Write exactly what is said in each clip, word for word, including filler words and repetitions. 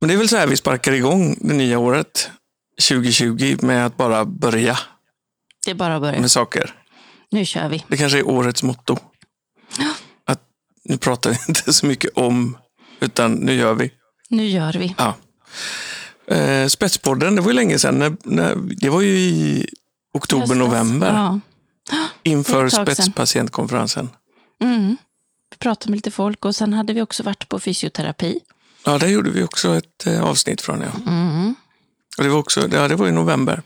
Men det är väl så här vi sparkar igång det nya året tjugo tjugo med att bara börja. Det är bara att börja. Med saker. Nu kör vi. Det kanske är årets motto. Ja. Att nu pratar vi inte så mycket om, utan nu gör vi. Nu gör vi. Ja. Eh, Spetspodden, det var ju länge sedan. När, när, det var ju i oktober, november. Ja. Inför spetspatientkonferensen. Mm. Vi pratade med lite folk och sen hade vi också varit på fysioterapi. Ja, där gjorde vi också ett eh, avsnitt från. Ja. Mm. Och det var också, ja, det var i november.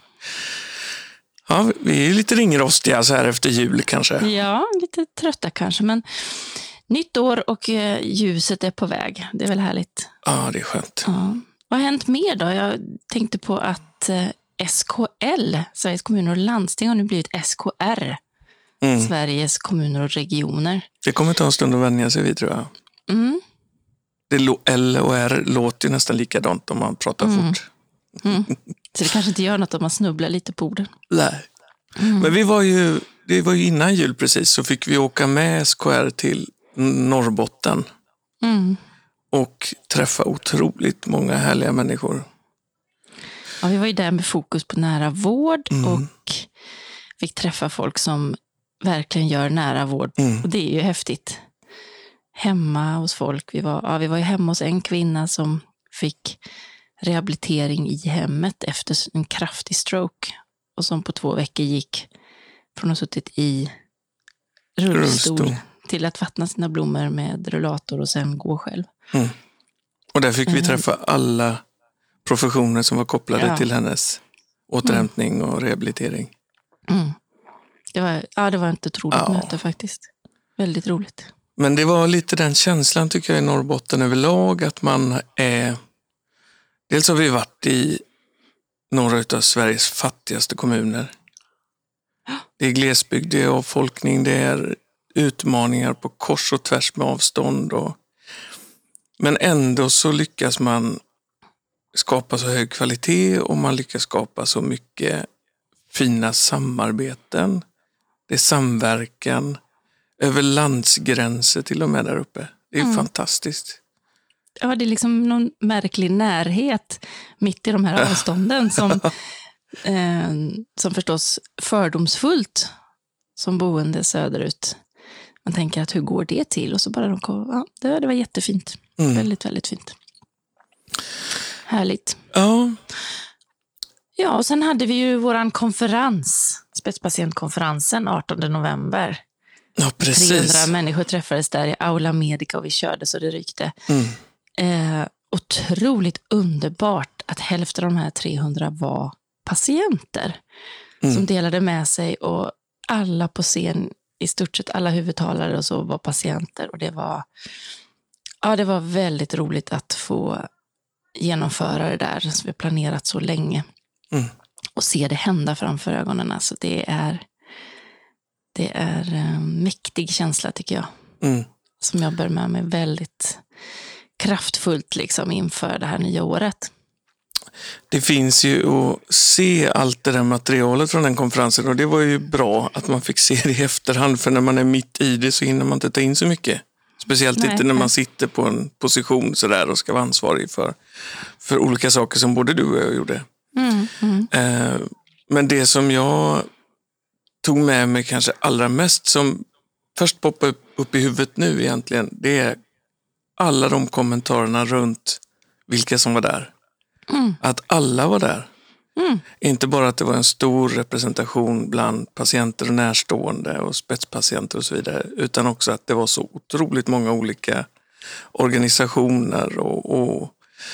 Ja, vi är lite ringrostiga så här efter jul kanske. Ja, lite trötta kanske, men nytt år och eh, ljuset är på väg. Det är väl härligt. Ja, det är skönt. Ja. Vad har hänt mer då? Jag tänkte på att eh, S K L, Sveriges kommuner och landsting, har nu blivit S K R. Mm. Sveriges kommuner och regioner. Det kommer ta en stund att vänja sig vid, tror jag. Mm. Det lo- L och R låter ju nästan likadant om man pratar mm. fort. Mm. Så det kanske inte gör något om man snubblar lite på orden. Nej. Mm. Men vi var ju, det var ju innan jul precis, så fick vi åka med S K R till Norrbotten. Mm. Och träffa otroligt många härliga människor. Ja, vi var ju där med fokus på nära vård mm. och fick träffa folk som verkligen gör nära vård. Mm. Och det är ju häftigt. Hemma hos folk. Vi var, ja, vi var ju hemma hos en kvinna som fick rehabilitering i hemmet efter en kraftig stroke. Och som på två veckor gick från att ha suttit i rullstol, rullstol. till att vattna sina blommor med rullator och sen gå själv. Mm. Och där fick vi träffa alla professioner som var kopplade ja. till hennes återhämtning mm. och rehabilitering. Mm. Det var, ja, det var ett otroligt ja. möte faktiskt. Väldigt roligt. Men det var lite den känslan tycker jag i Norrbotten överlag, att man är... Dels har vi varit i några av Sveriges fattigaste kommuner. Det är glesbygd, det är avfolkning, det är utmaningar på kors och tvärs med avstånd. Och... Men ändå så lyckas man skapa så hög kvalitet och man lyckas skapa så mycket fina samarbeten. Det är samverkan över landsgränser till och med där uppe. Det är mm. fantastiskt. Ja, det är liksom någon märklig närhet mitt i de här avstånden som, eh, som förstås fördomsfullt som boende söderut. Man tänker att hur går det till? Och så bara de kom, ja, det, det var jättefint. Mm. Väldigt, väldigt fint. Härligt. Ja. Ja, och sen hade vi ju våran konferens, spetspatientkonferensen artonde november. Ja, precis. trehundra människor träffades där i Aula Medica och vi körde så det rykte. Mm. Eh, otroligt underbart att hälften av de här trehundra var patienter mm. som delade med sig och alla på scen, i stort sett alla huvudtalare och så var patienter och det var, ja, det var väldigt roligt att få genomföra det där som vi har planerat så länge mm. och se det hända framför ögonen. Alltså det är det är en mäktig känsla tycker jag mm. som jag bär med mig väldigt kraftfullt liksom inför det här nya året. Det finns ju att se allt det där materialet från den konferensen och det var ju bra att man fick se det i efterhand, för när man är mitt i det så hinner man inte ta in så mycket. Speciellt nej, inte när nej. man sitter på en position så där och ska vara ansvarig för, för olika saker som både du och jag gjorde. Mm, mm. Eh, men det som jag tog med mig kanske allra mest, som först poppar upp, upp i huvudet nu egentligen, det är alla de kommentarerna runt vilka som var där. Mm. Att alla var där. Mm. Inte bara att det var en stor representation bland patienter och närstående och spetspatienter och så vidare, utan också att det var så otroligt många olika organisationer och, och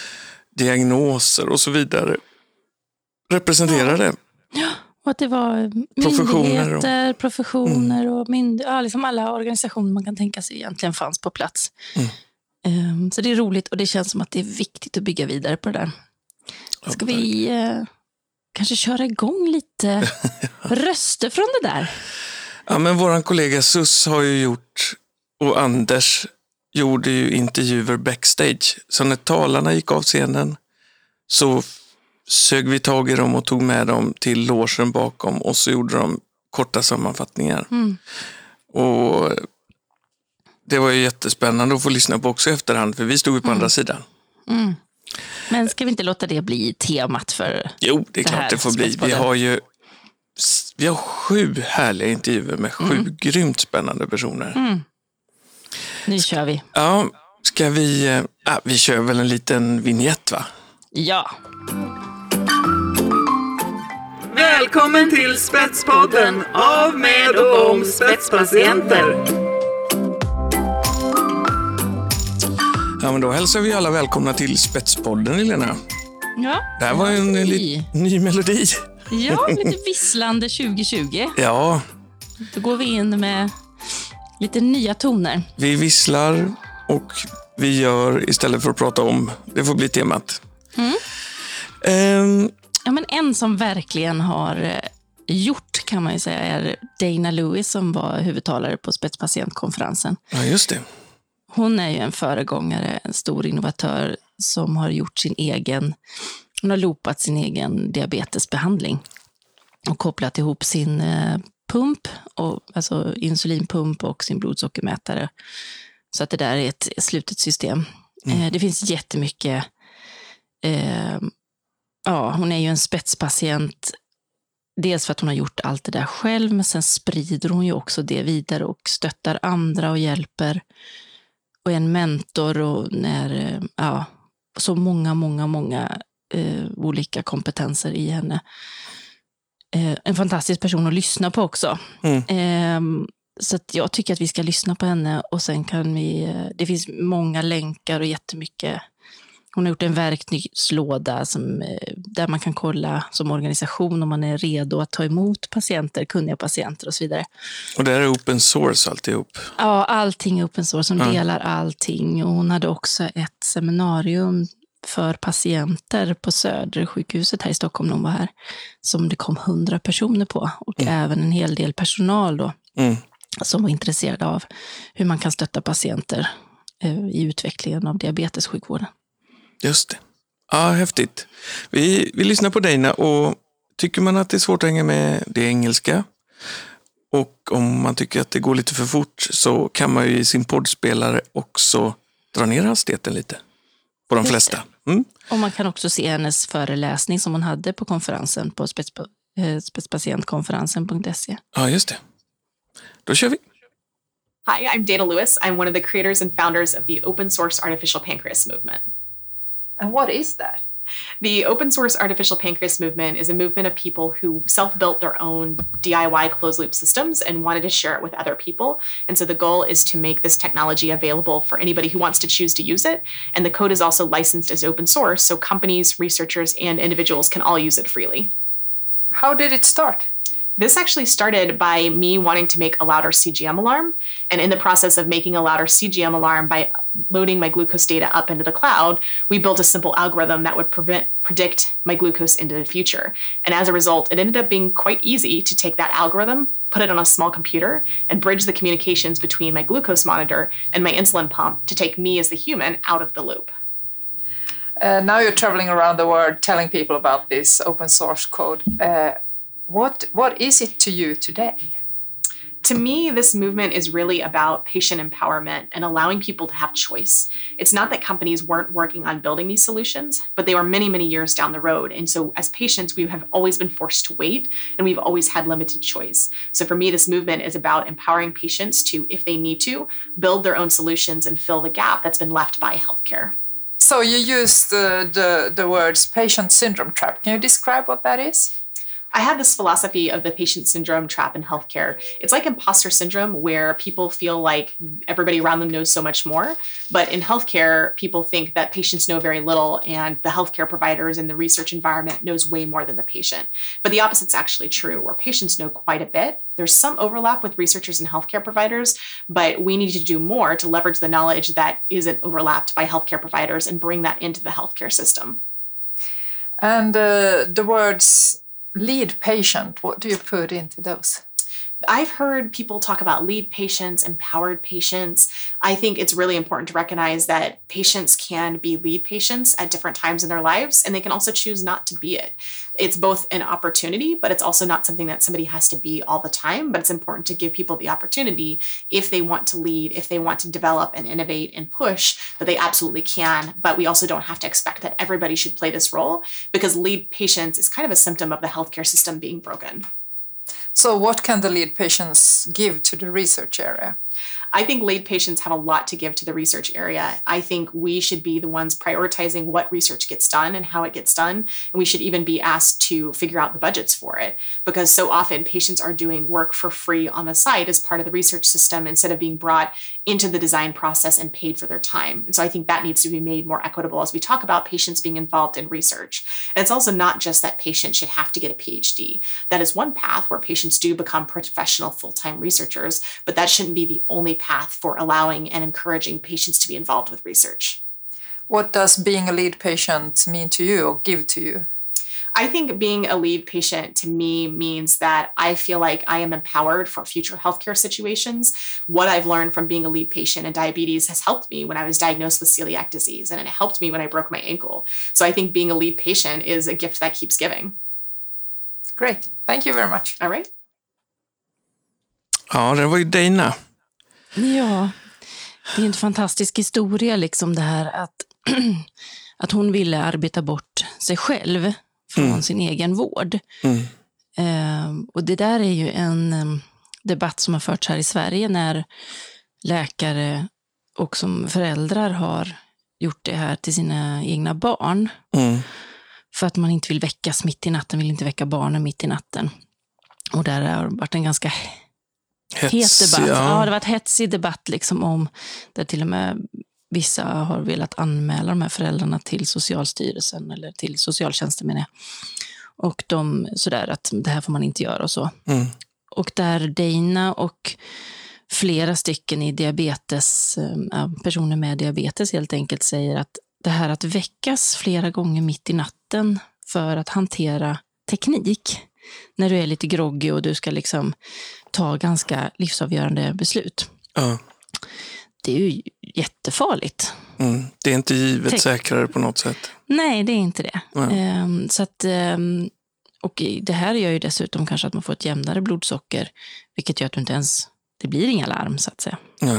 diagnoser och så vidare representerade. Ja, och att det var professioner myndigheter, och, professioner mm. och mynd, ja, liksom alla organisationer man kan tänka sig egentligen fanns på plats. Mm. Um, så det är roligt och det känns som att det är viktigt att bygga vidare på det där. Ska vi eh, kanske köra igång lite röster från det där? Ja, men våran kollega Sus har ju gjort, och Anders gjorde ju intervjuer backstage. Så när talarna gick av scenen så sög vi tag i dem och tog med dem till logen bakom och så gjorde de korta sammanfattningar. Mm. Och det var ju jättespännande att få lyssna på också efterhand, för vi stod ju på mm. andra sidan. Mm. Men ska vi inte låta det bli temat för Jo, det är det klart här det får bli. Vi har ju vi har sju härliga intervjuer med sju mm. grymt spännande personer. Mm. Nu kör vi. Ja, ska vi... Äh, vi kör väl en liten vignett, va? Ja. Välkommen till Spetspodden av, med och om spetspatienter. Ja, men då hälsar vi alla välkomna till Spetspodden, Helena. Ja. Det här var en ny, li- ny melodi. Ja, lite visslande tjugo tjugo. Ja. Då går vi in med lite nya toner. Vi visslar och vi gör istället för att prata om. Det får bli temat. Mm. Um, ja, men en som verkligen har gjort, kan man ju säga, är Dana Lewis som var huvudtalare på Spetspatientkonferensen. Ja, just det. Hon är ju en föregångare, en stor innovatör som har gjort sin egen, hon har loopat sin egen diabetesbehandling och kopplat ihop sin eh, pump, och, alltså insulinpump och sin blodsockermätare. Så att det där är ett slutet system. Mm. Eh, det finns jättemycket, eh, ja, hon är ju en spetspatient. Dels för att hon har gjort allt det där själv, men sen sprider hon ju också det vidare och stöttar andra och hjälper. Och är en mentor och när, ja, så många, många, många eh, olika kompetenser i henne. Eh, en fantastisk person att lyssna på också. Mm. Eh, så att jag tycker att vi ska lyssna på henne och sen kan vi, det finns många länkar och jättemycket. Hon har gjort en verktygslåda som, där man kan kolla som organisation om man är redo att ta emot patienter, kunniga patienter och så vidare. Och det är open source alltihop? Ja, allting är open source. Som ja. delar allting. Och hon hade också ett seminarium för patienter på Södersjukhuset här i Stockholm när hon var här. Som det kom hundra personer på. Och mm. även en hel del personal då. Mm. Som var intresserade av hur man kan stötta patienter eh, i utvecklingen av diabetessjukvården. Just det. Ja, häftigt. Vi, vi lyssnar på Dana och tycker man att det är svårt att hänga med det engelska och om man tycker att det går lite för fort så kan man ju i sin poddspelare också dra ner hastigheten lite på de flesta. Mm. Och man kan också se hennes föreläsning som hon hade på konferensen på spetspa, eh, spetspatientkonferensen punkt se. Ja, just det. Då kör vi. Hi, I'm Dana Lewis. I'm one of the creators and founders of the open source artificial pancreas movement. And what is that? The open source artificial pancreas movement is a movement of people who self-built their own D I Y closed-loop systems and wanted to share it with other people. And so the goal is to make this technology available for anybody who wants to choose to use it. And the code is also licensed as open source, so companies, researchers, and individuals can all use it freely. How did it start? This actually started by me wanting to make a louder C G M alarm. And in the process of making a louder C G M alarm by loading my glucose data up into the cloud, we built a simple algorithm that would prevent, predict my glucose into the future. And as a result, it ended up being quite easy to take that algorithm, put it on a small computer, and bridge the communications between my glucose monitor and my insulin pump to take me as the human out of the loop. Uh, now you're traveling around the world telling people about this open source code. Uh, What what is it to you today? To me, this movement is really about patient empowerment and allowing people to have choice. It's not that companies weren't working on building these solutions, but they were many, many years down the road. And so as patients, we have always been forced to wait, and we've always had limited choice. So for me, this movement is about empowering patients to, if they need to, build their own solutions and fill the gap that's been left by healthcare. So you used the, the, the words patient syndrome trap. Can you describe what that is? I have this philosophy of the patient syndrome trap in healthcare. It's like imposter syndrome where people feel like everybody around them knows so much more. But in healthcare, people think that patients know very little and the healthcare providers and the research environment knows way more than the patient. But the opposite's actually true, where patients know quite a bit. There's some overlap with researchers and healthcare providers, but we need to do more to leverage the knowledge that isn't overlapped by healthcare providers and bring that into the healthcare system. And uh, the words lead patient, what do you put into those? I've heard people talk about lead patients, empowered patients. I think it's really important to recognize that patients can be lead patients at different times in their lives, and they can also choose not to be it. It's both an opportunity, but it's also not something that somebody has to be all the time. But it's important to give people the opportunity, if they want to lead, if they want to develop and innovate and push, that they absolutely can. But we also don't have to expect that everybody should play this role, because lead patients is kind of a symptom of the healthcare system being broken. So what can the lead patients give to the research area? I think lead patients have a lot to give to the research area. I think we should be the ones prioritizing what research gets done and how it gets done. And we should even be asked to figure out the budgets for it, because so often patients are doing work for free on the side as part of the research system instead of being brought into the design process and paid for their time. And so I think that needs to be made more equitable as we talk about patients being involved in research. And it's also not just that patients should have to get a P H D. That is one path where patients do become professional full-time researchers, but that shouldn't be the only path for allowing and encouraging patients to be involved with research. What does being a lead patient mean to you or give to you? I think being a lead patient to me means that I feel like I am empowered for future healthcare situations. What I've learned from being a lead patient in diabetes has helped me when I was diagnosed with celiac disease, and it helped me when I broke my ankle. So I think being a lead patient is a gift that keeps giving. Great. Thank you very much. All right. Ja, det var ju Dana. Ja, det är en fantastisk historia liksom det här att, att hon ville arbeta bort sig själv från mm. sin egen vård. Mm. Eh, och det där är ju en um, debatt som har förts här i Sverige när läkare och som föräldrar har gjort det här till sina egna barn. Mm. För att man inte vill väckas mitt i natten, vill inte väcka barnen mitt i natten. Och där har det varit en ganska het debatt. Ja. ja, det var ett hetsig debatt liksom om, där till och med vissa har velat anmäla de här föräldrarna till Socialstyrelsen eller till socialtjänsten menar jag. Och de sådär att det här får man inte göra och så. Mm. Och där Dana och flera stycken i diabetes, personer med diabetes helt enkelt säger att det här att väckas flera gånger mitt i natten för att hantera teknik när du är lite groggy och du ska liksom ta ganska livsavgörande beslut. Uh. Det är ju jättefarligt. Mm. Det är inte givet Te- säkrare på något sätt. Nej, det är inte det. Mm. Um, så att, um, och det här gör ju dessutom kanske att man får ett jämnare blodsocker, vilket gör att du inte ens, det blir inga larm så att säga. Mm.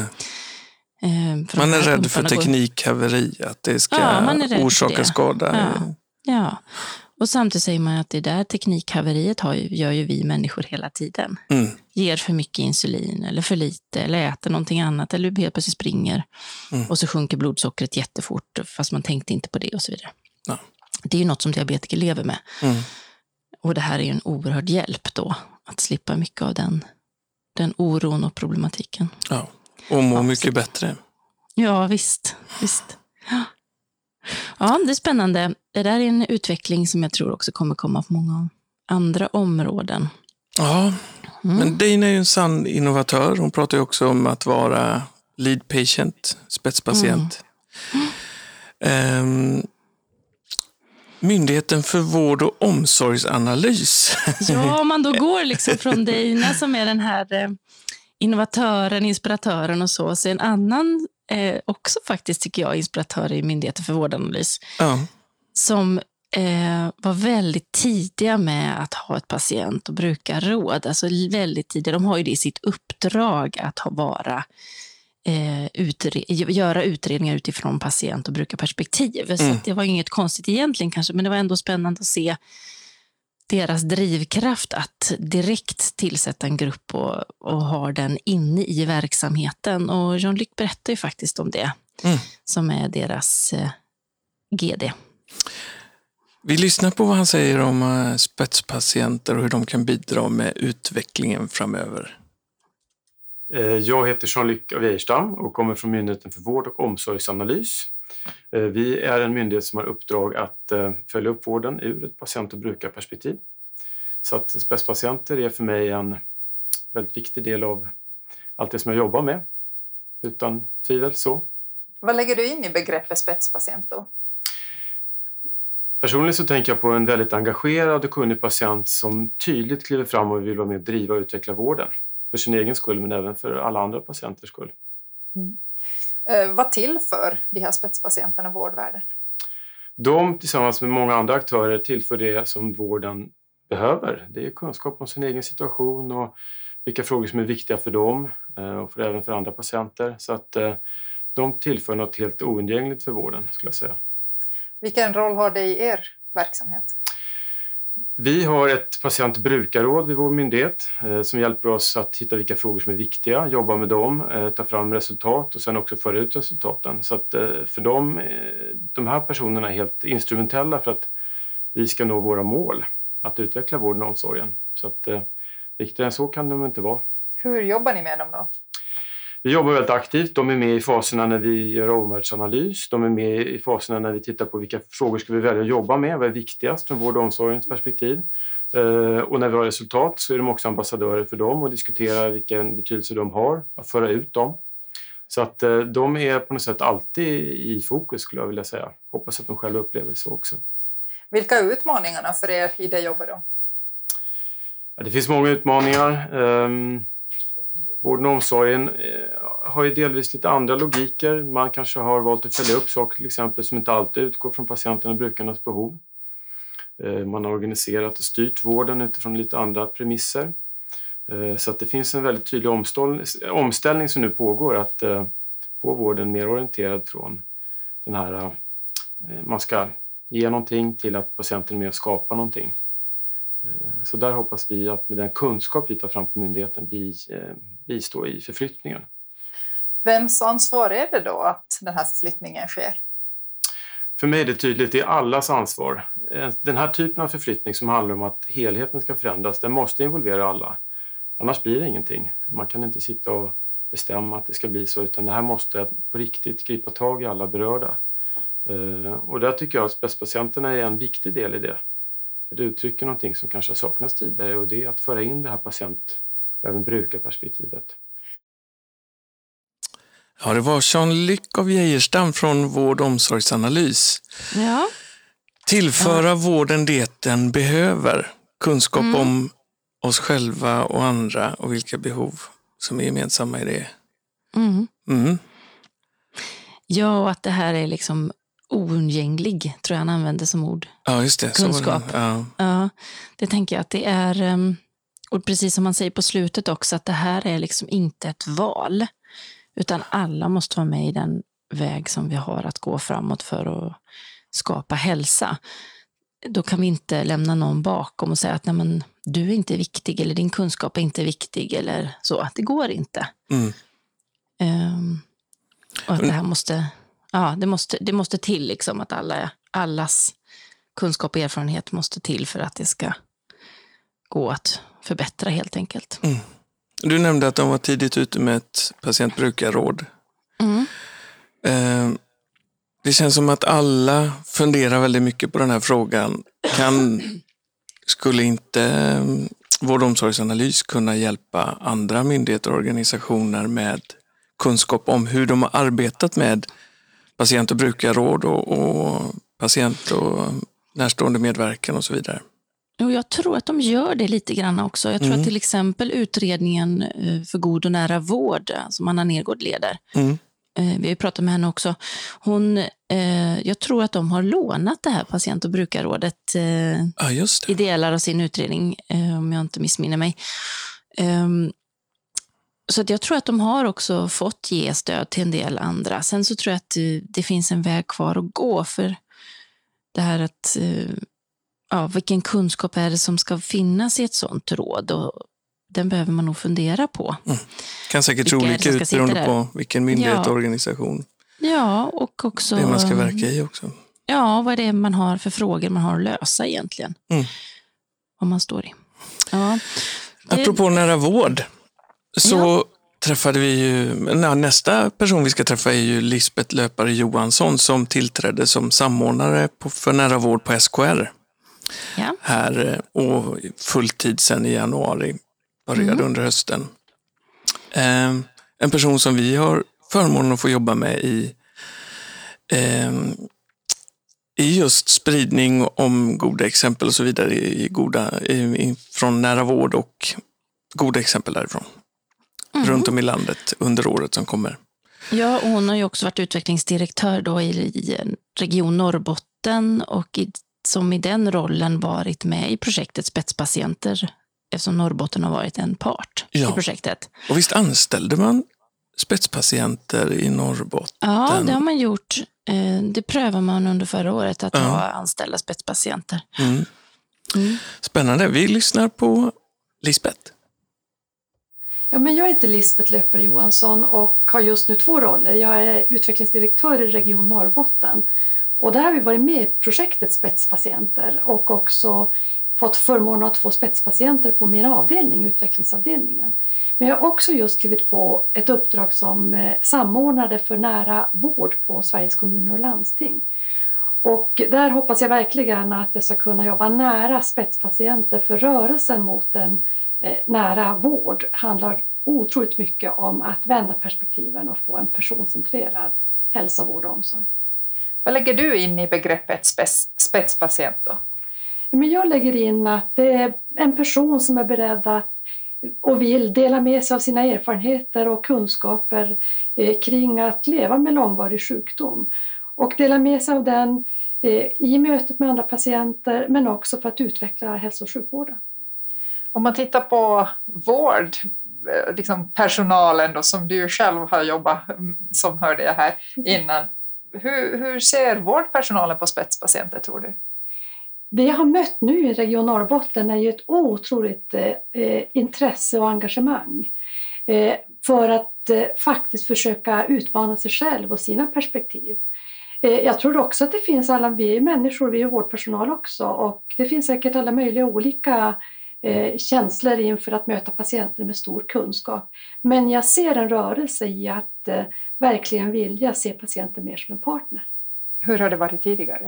Um, man är rädd för teknikhaveri, att det ska ja, orsaka skada. Ja. ja. Och samtidigt säger man att det där teknikhaveriet har ju, gör ju vi människor hela tiden. Mm. Ger för mycket insulin eller för lite eller äter någonting annat eller helt plötsligt springer. Mm. Och så sjunker blodsockret jättefort fast man tänkte inte på det och så vidare. Ja. Det är ju något som diabetiker lever med. Mm. Och det här är ju en oerhörd hjälp då att slippa mycket av den, den oron och problematiken. Ja, och må ja, mycket så. bättre. Ja, visst. visst. Ja. Ja, det är spännande. Det där är en utveckling som jag tror också kommer komma på många andra områden. Ja, mm. men Dana är ju en sann innovatör. Hon pratar ju också om att vara lead patient, spetspatient. Mm. Um, Myndigheten för vård och omsorgsanalys. Ja, om man då går liksom från Dana som är den här eh, innovatören, inspiratören och så, så en annan Eh, också faktiskt tycker jag inspiratör i Myndigheten för vårdanalys ja. som eh, var väldigt tidiga med att ha ett patient- och brukarråd. Alltså väldigt tidiga. De har ju det i sitt uppdrag att ha vara eh, utre- göra utredningar utifrån patient- och brukarperspektiv. Mm. Så det var inget konstigt egentligen kanske, men det var ändå spännande att se deras drivkraft att direkt tillsätta en grupp och, och ha den inne i verksamheten. Och Jean-Luc berättar ju faktiskt om det, mm. som är deras eh, G D. Vi lyssnar på vad han säger om uh, spetspatienter och hur de kan bidra med utvecklingen framöver. Jag heter Jean-Luc Averstam och kommer från Myndigheten för vård och omsorgsanalys. Vi är en myndighet som har uppdrag att följa upp vården ur ett patient- och brukarperspektiv. Så att spetspatienter är för mig en väldigt viktig del av allt det som jag jobbar med. Utan tvivel så. Vad lägger du in i begreppet spetspatient då? Personligen så tänker jag på en väldigt engagerad och kunnig patient som tydligt kliver fram och vill vara med och driva och utveckla vården. för sin egen skull men även för alla andra patienters skull. Mm. Eh, vad tillför de här spetspatienterna vårdvärlden? De tillsammans med många andra aktörer tillför det som vården behöver. Det är kunskap om sin egen situation och vilka frågor som är viktiga för dem och för, även för andra patienter. Så att eh, de tillför något helt oundgängligt för vården, skulle jag säga. Vilken roll har det i er verksamhet? Vi har ett patientbrukarråd vid vår myndighet eh, som hjälper oss att hitta vilka frågor som är viktiga, jobba med dem, eh, ta fram resultat och sen också föra ut resultaten. Så att eh, för dem, eh, de här personerna är helt instrumentella för att vi ska nå våra mål, att utveckla vården och omsorgen. Så att eh, viktigare än så kan de inte vara. Hur jobbar ni med dem då? Vi jobbar väldigt aktivt. De är med i faserna när vi gör omvärldsanalys. De är med i faserna när vi tittar på vilka frågor ska vi välja att jobba med. Vad är viktigast från vård och omsorgens perspektiv? Och när vi har resultat så är de också ambassadörer för dem och diskuterar vilken betydelse de har att föra ut dem. Så att de är på något sätt alltid i fokus, skulle jag vilja säga. Hoppas att de själva upplever så också. Vilka är utmaningarna för er i det jobbet då? Ja, det finns många utmaningar. Um, Vården och omsorgen har ju delvis lite andra logiker. Man kanske har valt att följa upp saker till exempel som inte alltid utgår från patienten och brukarnas behov. Man har organiserat och styrt vården utifrån lite andra premisser. Så att det finns en väldigt tydlig omställning som nu pågår att få vården mer orienterad från den här man ska ge någonting till att patienten är med och skapar någonting. Så där hoppas vi att med den kunskap vi tar fram på myndigheten bistå i förflyttningen. Vems ansvar är det då att den här förflyttningen sker? För mig är det tydligt, det är allas ansvar. Den här typen av förflyttning som handlar om att helheten ska förändras, den måste involvera alla. Annars blir det ingenting. Man kan inte sitta och bestämma att det ska bli så, utan det här måste på riktigt gripa tag i alla berörda. Och där tycker jag att spetspatienterna är en viktig del i det. För det uttrycker någonting som kanske saknas tidigare och det är att föra in det här patient- och även brukarperspektivet. Ja, det var Jean-Luc af Geijerstam från Vård- och omsorgsanalys. Ja. Tillföra ja. vården det den behöver. Kunskap Mm. om oss själva och andra och vilka behov som är gemensamma i det. Mm. Mm. Ja, och att det här är liksom oundgänglig, tror jag han använder som ord. Ja, just det. Kunskap. Så ja. Ja, det tänker jag att det är, och precis som man säger på slutet också, att det här är liksom inte ett val, utan alla måste vara med i den väg som vi har att gå framåt för att skapa hälsa. Då kan vi inte lämna någon bakom och säga att nej, men, du är inte viktig eller din kunskap är inte viktig eller så. Det går inte. Mm. Um, och att det här måste, ja, det måste, det måste till liksom att alla, allas kunskap och erfarenhet måste till för att det ska gå att förbättra helt enkelt. Mm. Du nämnde att de var tidigt ute med ett patientbrukarråd. Mm. Eh, det känns som att alla funderar väldigt mycket på den här frågan. Kan, skulle inte eh, vård- och omsorgsanalys kunna hjälpa andra myndigheter och organisationer med kunskap om hur de har arbetat med patient- och brukarråd och, och patient- och närstående medverkan och så vidare? Och jag tror att de gör det lite grann också. Jag tror Mm. att till exempel utredningen för god och nära vård som Anna Nergård leder. Mm. Vi har ju pratat med henne också. Hon, eh, jag tror att de har lånat det här patient- och brukarrådet eh, Ja, just det. i delar av sin utredning, eh, om jag inte missminner mig. Um, så att jag tror att de har också fått ge stöd till en del andra. Sen så tror jag att det, det finns en väg kvar att gå för det här att eh, ja, vilken kunskap är det som ska finnas i ett sånt råd, och den behöver man nog fundera på. Mm. Kan säkert Vilka är det olika som ska ut sitta beroende där? på vilken myndighet Ja. och organisation Ja, och också det man ska verka i också. ja, vad är det man har för frågor man har att lösa egentligen. Mm. Vad man står i. Ja. Det, Apropå nära vård så Ja. träffade vi ju, na, nästa person vi ska träffa är ju Lisbeth Löpare Johansson som tillträdde som samordnare på, för nära vård på S K R. Ja. Här och fulltid sedan i januari, började Mm. under hösten. Eh, en person som vi har förmånen att få jobba med i, eh, i just spridning om goda exempel och så vidare i goda, i, i, från nära vård och goda exempel därifrån. mm. runt om i landet under året som kommer. Ja, och hon har ju också varit utvecklingsdirektör då i, i Region Norrbotten och i, som i den rollen varit med i projektet Spetspatienter, eftersom Norrbotten har varit en part ja. i projektet. Och visst anställde man spetspatienter i Norrbotten? Ja, det har man gjort. Det prövar man under förra året att ja. ha anställda spetspatienter. Mm. Mm. Spännande. Vi lyssnar på Lisbeth. Ja, men jag heter Lisbeth Löper Johansson och har just nu två roller. Jag är utvecklingsdirektör i Region Norrbotten. Och där har vi varit med i projektet Spetspatienter och också fått förmånen att få spetspatienter på min avdelning, utvecklingsavdelningen. Men jag har också just skrivit på ett uppdrag som samordnade för nära vård på Sveriges kommuner och landsting. Och där hoppas jag verkligen att jag ska kunna jobba nära spetspatienter, för rörelsen mot en eh, nära vård handlar otroligt mycket om att vända perspektiven och få en personcentrerad hälsa, vård och omsorg. Vad lägger du in i begreppet spets, spetspatient då? Men jag lägger in att det är en person som är beredd att och vill dela med sig av sina erfarenheter och kunskaper eh, kring att leva med långvarig sjukdom. Och dela med sig av den eh, i mötet med andra patienter, men också för att utveckla hälso- och sjukvården. Om man tittar på vård, liksom personalen då, som du själv har jobbat, som hörde jag här innan. Hur, hur ser vårdpersonalen på spetspatienter, tror du? Det jag har mött nu i Region Norrbotten är ju ett otroligt eh, intresse och engagemang eh, för att eh, faktiskt försöka utmana sig själv och sina perspektiv. Eh, jag tror också att det finns alla, vi är människor, vi är vårdpersonal också, och det finns säkert alla möjliga olika eh, känslor inför att möta patienter med stor kunskap. Men jag ser en rörelse i att eh, verkligen vilja se patienter mer som en partner. Hur har det varit tidigare?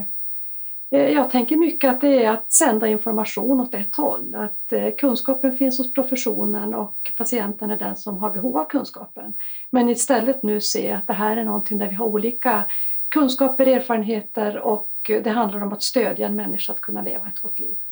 Jag tänker mycket att det är att sända information åt ett håll. Att kunskapen finns hos professionen och patienten är den som har behov av kunskapen. Men istället nu se att det här är någonting där vi har olika kunskaper, erfarenheter, och det handlar om att stödja en människa att kunna leva ett gott liv.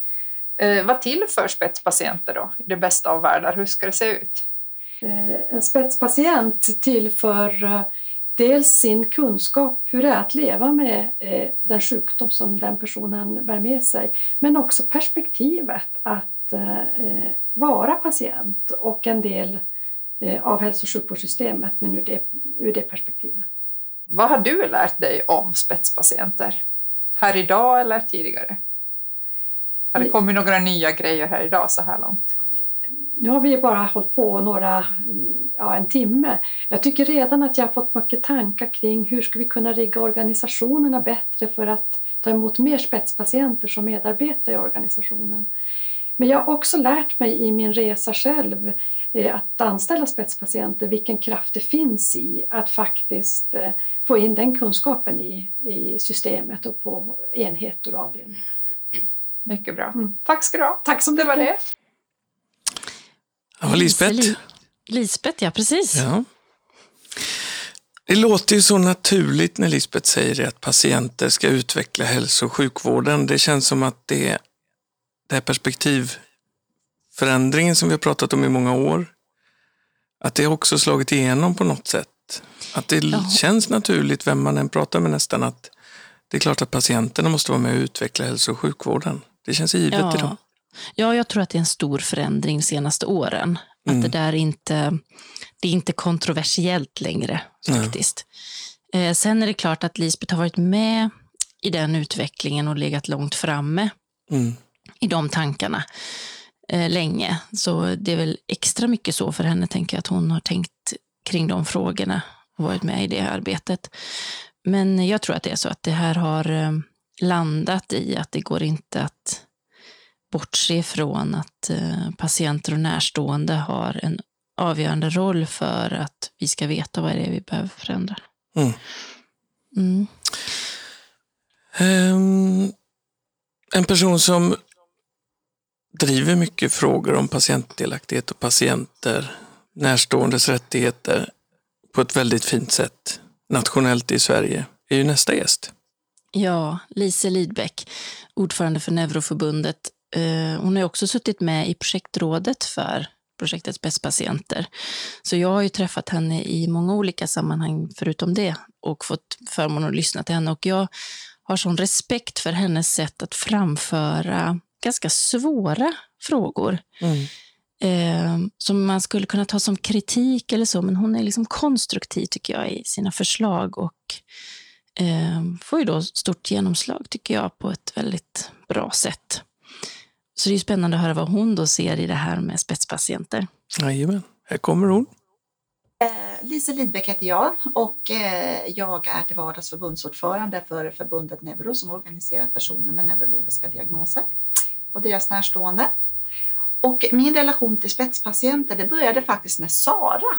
Eh, vad tillför spetspatienter då i det bästa av världar? Hur ska det se ut? Eh, en spetspatient tillför dels sin kunskap hur det är att leva med eh, den sjukdom som den personen bär med sig, men också perspektivet att eh, vara patient och en del eh, av hälso- och sjukvårdssystemet, men ur det, ur det perspektivet. Vad har du lärt dig om spetspatienter? Här idag eller tidigare? Har det kommit några nya grejer här idag så här långt? Nu har vi bara hållit på några, ja, en timme. Jag tycker redan att jag har fått mycket tankar kring hur ska vi kunna rigga organisationerna bättre för att ta emot mer spetspatienter som medarbetare i organisationen. Men jag har också lärt mig i min resa själv eh, att anställa spetspatienter vilken kraft det finns i att faktiskt eh, få in den kunskapen i, i systemet och på enheter och avdelningar. Mycket bra. Mm. Tack ska du ha. Tack som det var det. Ja, Lisbeth. Lisbeth, ja, precis. Ja. Det låter ju så naturligt när Lisbeth säger att patienter ska utveckla hälso- och sjukvården. Det känns som att det, det här perspektivförändringen som vi har pratat om i många år, att det också slagit igenom på något sätt. Att det ja. känns naturligt, vem man än pratar med nästan, att det är klart att patienterna måste vara med och utveckla hälso- och sjukvården. Det känns givet ja. idag. Ja, jag tror att det är en stor förändring de senaste åren. Att mm. det där inte, det är inte kontroversiellt längre faktiskt. Eh, sen är det klart att Lisbeth har varit med i den utvecklingen och legat långt framme mm. i de tankarna eh, länge. Så det är väl extra mycket så för henne, tänker jag, att hon har tänkt kring de frågorna och varit med i det arbetet. Men jag tror att det är så att det här har eh, landat i att det går inte att bortse ifrån att eh, patienter och närstående har en avgörande roll för att vi ska veta vad det är vi behöver förändra. Mm. Mm. Um, en person som driver mycket frågor om patientdelaktighet och patienter, närståendes rättigheter på ett väldigt fint sätt nationellt i Sverige är ju nästa gäst. Ja, Lise Lidbeck, ordförande för Neuroförbundet. Hon har också suttit med i projektrådet för projektet Spetspatienter. Så jag har ju träffat henne i många olika sammanhang förutom det och fått förmånen att lyssna till henne. Och jag har sån respekt för hennes sätt att framföra ganska svåra frågor. Mm. Eh, som man skulle kunna ta som kritik eller så. Men hon är liksom konstruktiv tycker jag i sina förslag och eh, får ju då stort genomslag tycker jag på ett väldigt bra sätt. Så det är spännande att höra vad hon då ser i det här med spetspatienter. Jajamän, här kommer hon. Eh, Lisa Lidbeck heter jag och eh, jag är till vardags förbundsordförande för förbundet Neuro som organiserar personer med neurologiska diagnoser och deras närstående. Och min relation till spetspatienter det började faktiskt med Sara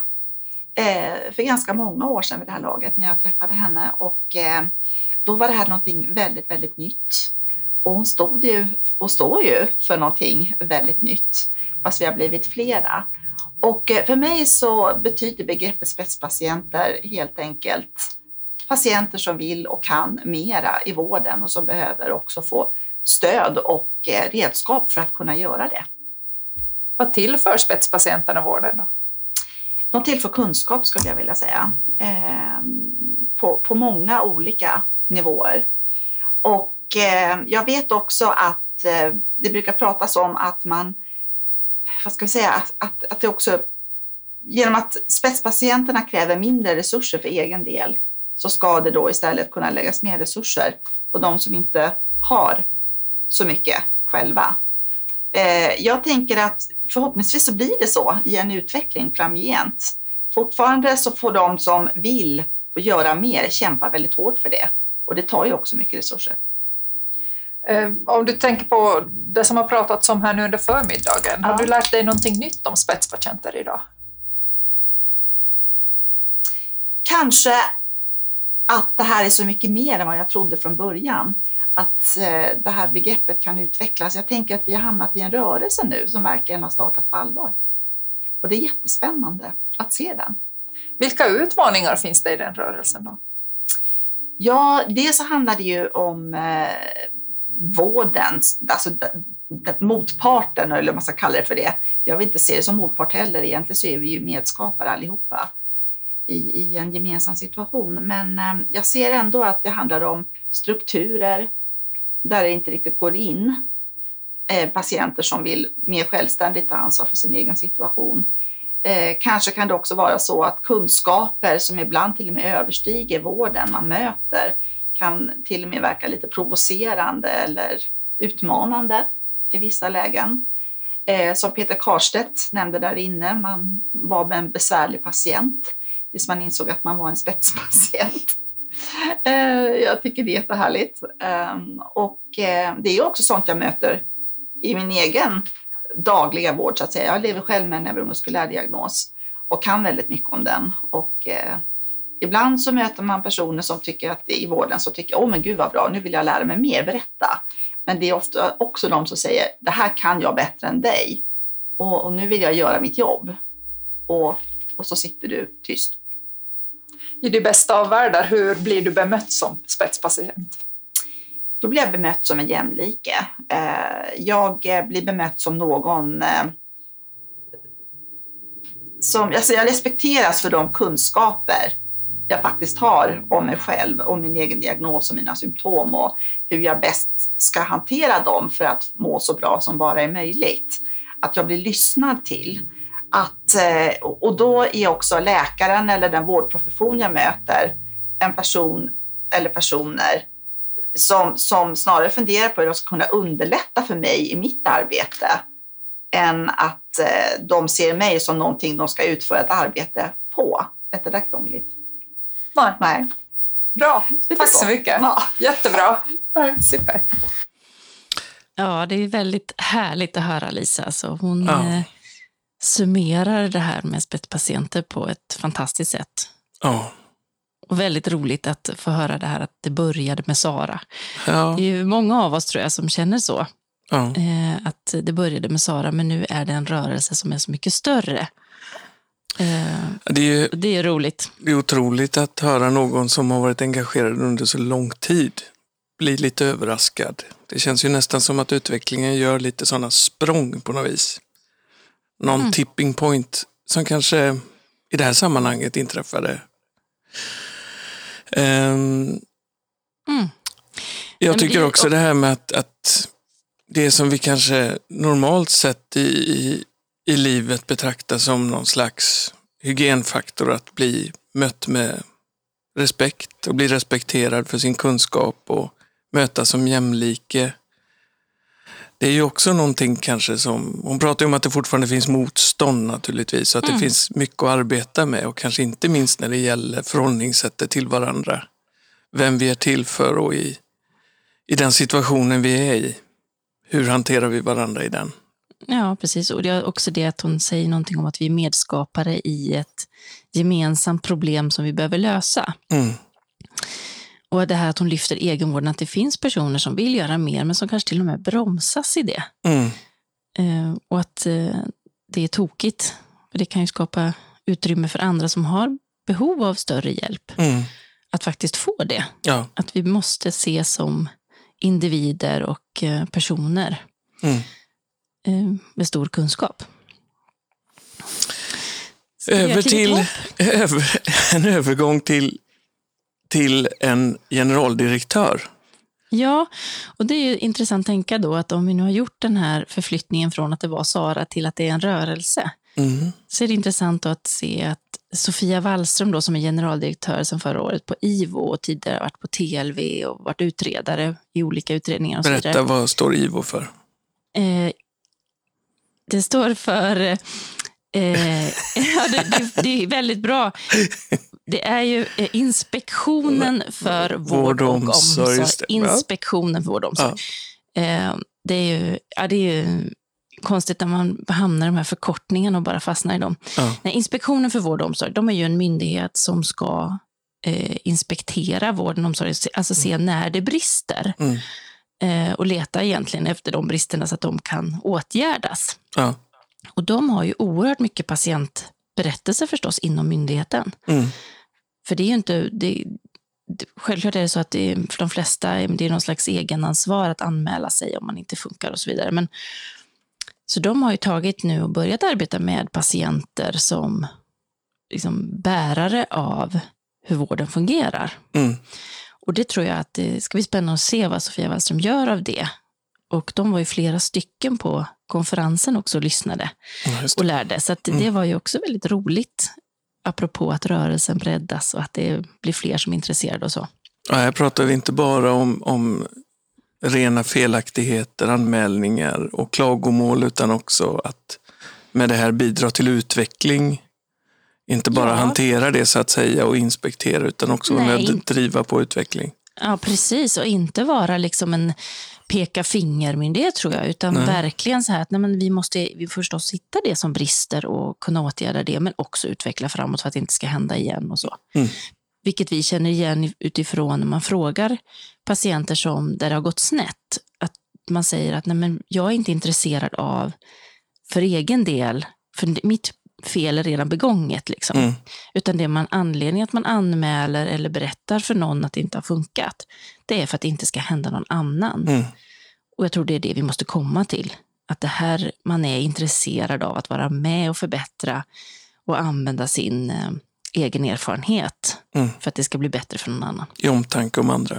eh, för ganska många år sedan vid det här laget när jag träffade henne och eh, då var det här någonting väldigt, väldigt nytt. Och hon stod ju och står ju för någonting väldigt nytt fast vi har blivit flera. Och för mig så betyder begreppet spetspatienter helt enkelt patienter som vill och kan mera i vården och som behöver också få stöd och redskap för att kunna göra det. Vad tillför spetspatienterna vården då? De tillför kunskap skulle jag vilja säga eh, på, på många olika nivåer. Och eh, jag vet också att eh, det brukar pratas om att man vad ska vi säga, att, att, att det också genom att spetspatienterna kräver mindre resurser för egen del så ska det då istället kunna läggas mer resurser på de som inte har så mycket själva. Eh, jag tänker att förhoppningsvis så blir det så i en utveckling framgent. Fortfarande så får de som vill och göra mer kämpa väldigt hårt för det och det tar ju också mycket resurser. Om du tänker på det som har pratats om här nu under förmiddagen, ja. Har du lärt dig någonting nytt om spetspatienter idag? Kanske att det här är så mycket mer än vad jag trodde från början. Att eh, det här begreppet kan utvecklas. Jag tänker att vi har hamnat i en rörelse nu som verkligen har startat på allvar. Och det är jättespännande att se den. Vilka utmaningar finns det i den rörelsen då? Ja, det så handlar det ju om eh, vården, alltså motparten eller vad man ska kalla det för det. Jag vill inte se det som motpart heller, egentligen så är vi ju medskapare allihopa i, i en gemensam situation. Men eh, jag ser ändå att det handlar om strukturer där det inte riktigt går in eh, patienter som vill mer självständigt ta ansvar för sin egen situation. Eh, kanske kan det också vara så att kunskaper som ibland till och med överstiger vården man möter kan till och med verka lite provocerande eller utmanande i vissa lägen. Eh, som Peter Karstedt nämnde där inne, man var med en besvärlig patient tills man insåg att man var en spetspatient. eh, jag tycker det är jättehärligt. Eh, och eh, det är också sånt jag möter i min egen dagliga vård så att säga. Jag lever själv med en neuromuskulär diagnos och kan väldigt mycket om den. Och eh, ibland så möter man personer som tycker att i vården så tycker åh men gud vad bra, nu vill jag lära mig mer, berätta. Men det är ofta också de som säger det här kan jag bättre än dig och, och nu vill jag göra mitt jobb. Och, och så sitter du tyst. I det bästa av världar, hur blir du bemött som spetspatient? Då blir jag bemött som en jämlike. Jag blir bemött som någon som, alltså jag respekteras för de kunskaper jag faktiskt har om mig själv, om min egen diagnos och mina symptom och hur jag bäst ska hantera dem för att må så bra som bara är möjligt. Att jag blir lyssnad till. Att, och då är också läkaren eller den vårdprofession jag möter en person eller personer som, som snarare funderar på hur de ska kunna underlätta för mig i mitt arbete än att eh, de ser mig som någonting de ska utföra ett arbete på. Är det där krångligt? Nej. Nej. Bra, tack så, så mycket. Ja. Jättebra. Super. Ja, det är väldigt härligt att höra Lisa. Så hon ja. eh, summerar det här med spetspatienter på ett fantastiskt sätt. Ja. Och väldigt roligt att få höra det här att det började med Sara. Ja. Det är ju många av oss tror jag som känner så. Ja. Eh, att det började med Sara men nu är det en rörelse som är så mycket större. Eh, det, är ju, det är roligt. Det är otroligt att höra någon som har varit engagerad under så lång tid bli lite överraskad. Det känns ju nästan som att utvecklingen gör lite sådana språng på något vis. någon Mm. tipping point som kanske i det här sammanhanget inträffade. Um, Mm. jag men tycker det- också det här med att, att det som vi kanske normalt sett i, i, i livet betraktar som någon slags hygienfaktor, att bli mött med respekt och bli respekterad för sin kunskap och mötas som jämlike. Det är ju också någonting kanske som, hon pratar ju om att det fortfarande finns motstånd naturligtvis, så att Mm. det finns mycket att arbeta med, och kanske inte minst när det gäller förhållningssättet till varandra. Vem vi är till för och i, i den situationen vi är i. Hur hanterar vi varandra i den? Ja, precis. Och det är också det att hon säger någonting om att vi är medskapare i ett gemensamt problem som vi behöver lösa. Mm. Och det här att hon lyfter egenvården, att det finns personer som vill göra mer men som kanske till och med bromsas i det. Mm. Eh, och att eh, det är tokigt. För det kan ju skapa utrymme för andra som har behov av större hjälp Mm. att faktiskt få det. Ja. Att vi måste se som individer och eh, personer Mm. eh, med stor kunskap. Ska vi Över göra klivet till upp? över, en övergång till, till en generaldirektör. Ja, och det är ju intressant att tänka då att om vi nu har gjort den här förflyttningen från att det var Sara till att det är en rörelse, Mm. så är det intressant då att se att Sofia Wallström då, som är generaldirektör sedan förra året på I V O och tidigare varit på T L V och varit utredare i olika utredningar och så Berätta, vidare. vad står I V O för? Eh, det står för... Eh, ja, det, det, det är väldigt bra. Det är ju eh, Inspektionen för vård och omsorg. just det. Inspektionen för vård och omsorg. Eh, det är ju, ja, det är ju konstigt när man hamnar i de här förkortningarna och bara fastnar i dem. Ja. Nej, Inspektionen för vård och omsorg, de är ju en myndighet som ska eh, inspektera vården och omsorg, alltså se när det brister. Mm. Eh, och leta egentligen efter de bristerna så att de kan åtgärdas. Ja. Och de har ju oerhört mycket patientberättelser förstås inom myndigheten. Mm. För det är ju inte, det, det, självklart är det så att det är, för de flesta det är någon slags egenansvar att anmäla sig om man inte funkar och så vidare. Men, så de har ju tagit nu och börjat arbeta med patienter som liksom bärare av hur vården fungerar. Mm. Och det tror jag att det ska bli spännande att se vad Sofia Wallström gör av det. Och de var ju flera stycken på konferensen också och lyssnade Ja, just det. och lärde. Så att Mm. det var ju också väldigt roligt, apropå att rörelsen breddas och att det blir fler som är intresserade och så. Ja, här pratar vi inte bara om, om rena felaktigheter, anmälningar och klagomål, utan också att med det här bidra till utveckling. Inte bara Ja. hantera det så att säga och inspektera, utan också Nej, med inte- driva på utveckling. Ja, precis. Och inte vara liksom en peka fingermyndighet tror jag, utan Nej. verkligen så här att nej, men vi måste vi förstås hitta det som brister och kunna åtgärda det, men också utveckla framåt för att det inte ska hända igen och så. Mm. Vilket vi känner igen utifrån när man frågar patienter som där det har gått snett, att man säger att nej, men jag är inte intresserad av för egen del, för mitt fel är redan begånget liksom. Mm. Utan det man anledning att man anmäler eller berättar för någon att det inte har funkat, det är för att det inte ska hända någon annan. Mm. Och jag tror det är det vi måste komma till. Att det här, man är intresserad av att vara med och förbättra och använda sin eh, egen erfarenhet Mm. för att det ska bli bättre för någon annan. I omtanke om andra.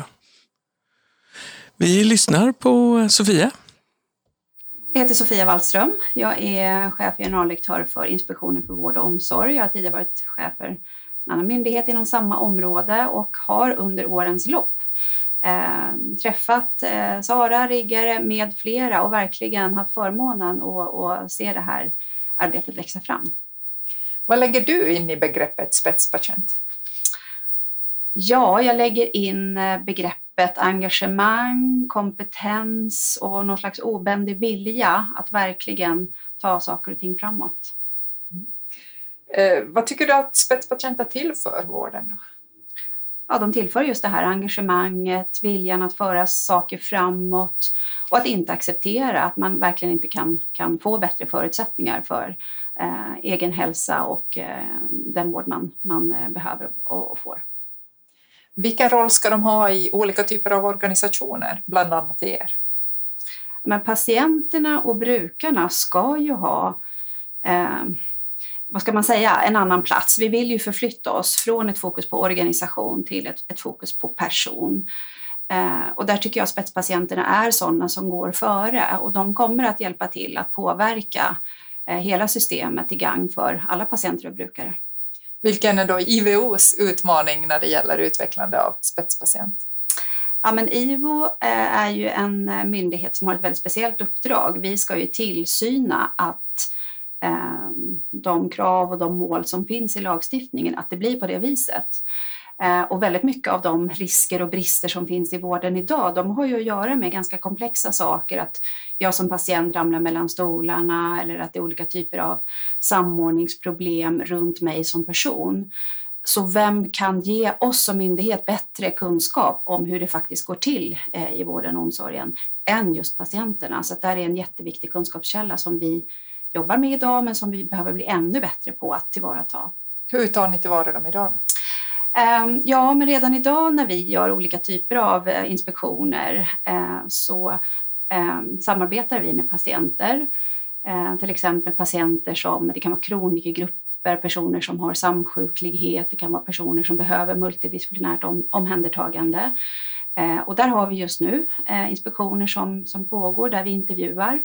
Vi lyssnar på Sofia. Jag heter Sofia Wallström. Jag är chef och generaldirektör för Inspektionen för vård och omsorg. Jag har tidigare varit chef för en annan myndighet inom samma område och har under årens lopp eh, träffat eh, Sara, Riggare med flera och verkligen haft förmånen att, att se det här arbetet växa fram. Vad lägger du in i begreppet spetspatient? Ja, jag lägger in begreppet engagemang, kompetens och någon slags obändig vilja att verkligen ta saker och ting framåt. Eh, vad tycker du att spetspatienter tillför vården då? Ja, de tillför just det här engagemanget, viljan att föra saker framåt och att inte acceptera att man verkligen inte kan, kan få bättre förutsättningar för eh, egen hälsa och eh, den vård man, man eh, behöver och, och får. Vilken roll ska de ha i olika typer av organisationer, bland annat i er? Men patienterna och brukarna ska ju ha eh, vad ska man säga, en annan plats. Vi vill ju förflytta oss från ett fokus på organisation till ett, ett fokus på person. Eh, och där tycker jag spetspatienterna är sådana som går före, och de kommer att hjälpa till att påverka eh, hela systemet till gagn för alla patienter och brukare. Vilken är då I V O:s utmaning när det gäller utvecklande av spetspatient? Ja, men I V O eh, är ju en myndighet som har ett väldigt speciellt uppdrag. Vi ska ju tillsyna att eh, de krav och de mål som finns i lagstiftningen, att det blir på det viset. Eh, och väldigt mycket av de risker och brister som finns i vården idag, de har ju att göra med ganska komplexa saker. Att jag som patient ramlar mellan stolarna, eller att det är olika typer av samordningsproblem runt mig som person. Så vem kan ge oss som myndighet bättre kunskap om hur det faktiskt går till eh, i vården och omsorgen än just patienterna? Så att det här är en jätteviktig kunskapskälla som vi jobbar med idag, men som vi behöver bli ännu bättre på att tillvarata. Hur tar ni tillvara dem idag då? Ja, men redan idag när vi gör olika typer av inspektioner så samarbetar vi med patienter. Till exempel patienter som, det kan vara kronikergrupper, personer som har samsjuklighet, det kan vara personer som behöver multidisciplinärt om, omhändertagande. Och där har vi just nu inspektioner som, som pågår där vi intervjuar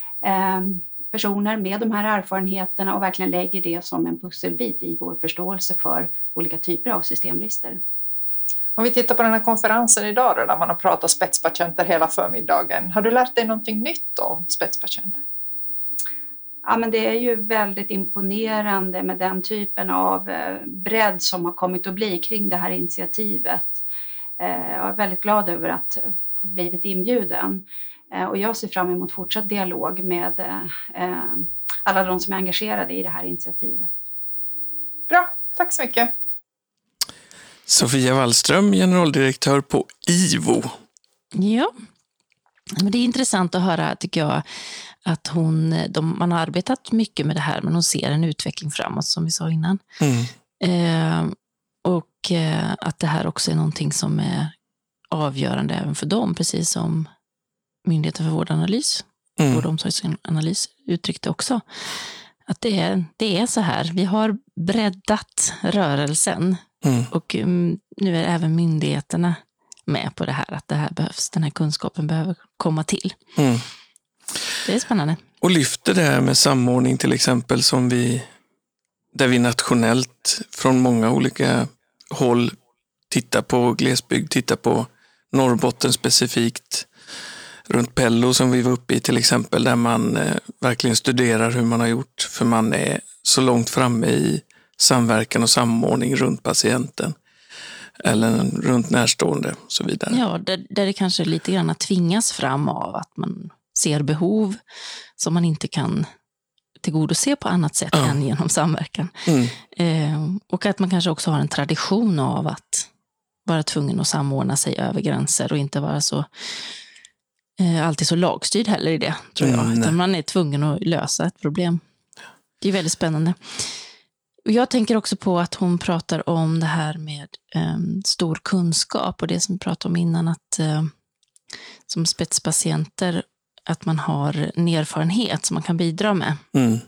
personer med de här erfarenheterna och verkligen lägger det som en pusselbit i vår förståelse för olika typer av systembrister. Om vi tittar på den här konferensen idag då, där man har pratat spetspatienter hela förmiddagen. Har du lärt dig någonting nytt om spetspatienter? Ja, men det är ju väldigt imponerande med den typen av bredd som har kommit att bli kring det här initiativet. Jag är väldigt glad över att ha blivit inbjuden. Och jag ser fram emot fortsatt dialog med eh, alla de som är engagerade i det här initiativet. Bra, tack så mycket. Sofia Wallström, generaldirektör på I V O. Ja, men det är intressant att höra, tycker jag, att hon, de, man har arbetat mycket med det här, men hon ser en utveckling framåt som vi sa innan. Mm. Eh, och eh, att det här också är någonting som är avgörande även för dem, precis som Myndigheten för vårdanalys, mm. vård- och omsorgsanalys uttryckte också. Att det är, det är så här, vi har breddat rörelsen mm. och um, nu är även myndigheterna med på det här, att det här behövs, den här kunskapen behöver komma till. Mm. Det är spännande. Och lyfter det här med samordning till exempel, som vi, där vi nationellt från många olika håll tittar på glesbygd, tittar på Norrbotten specifikt, runt Pello som vi var uppe i till exempel, där man eh, verkligen studerar hur man har gjort, för man är så långt framme i samverkan och samordning runt patienten eller runt närstående och så vidare. Ja, där, där det kanske lite grann tvingas fram av att man ser behov som man inte kan tillgodose på annat sätt ja. än genom samverkan. Mm. Eh, och att man kanske också har en tradition av att vara tvungen att samordna sig över gränser och inte vara så eh, alltid så lagstyrd heller i det, tror jag. Mm, utan man är tvungen att lösa ett problem. Det är väldigt spännande. Och jag tänker också på att hon pratar om det här med eh, stor kunskap och det som vi pratade om innan, att eh, som spetspatienter att man har en erfarenhet som man kan bidra med. Mm.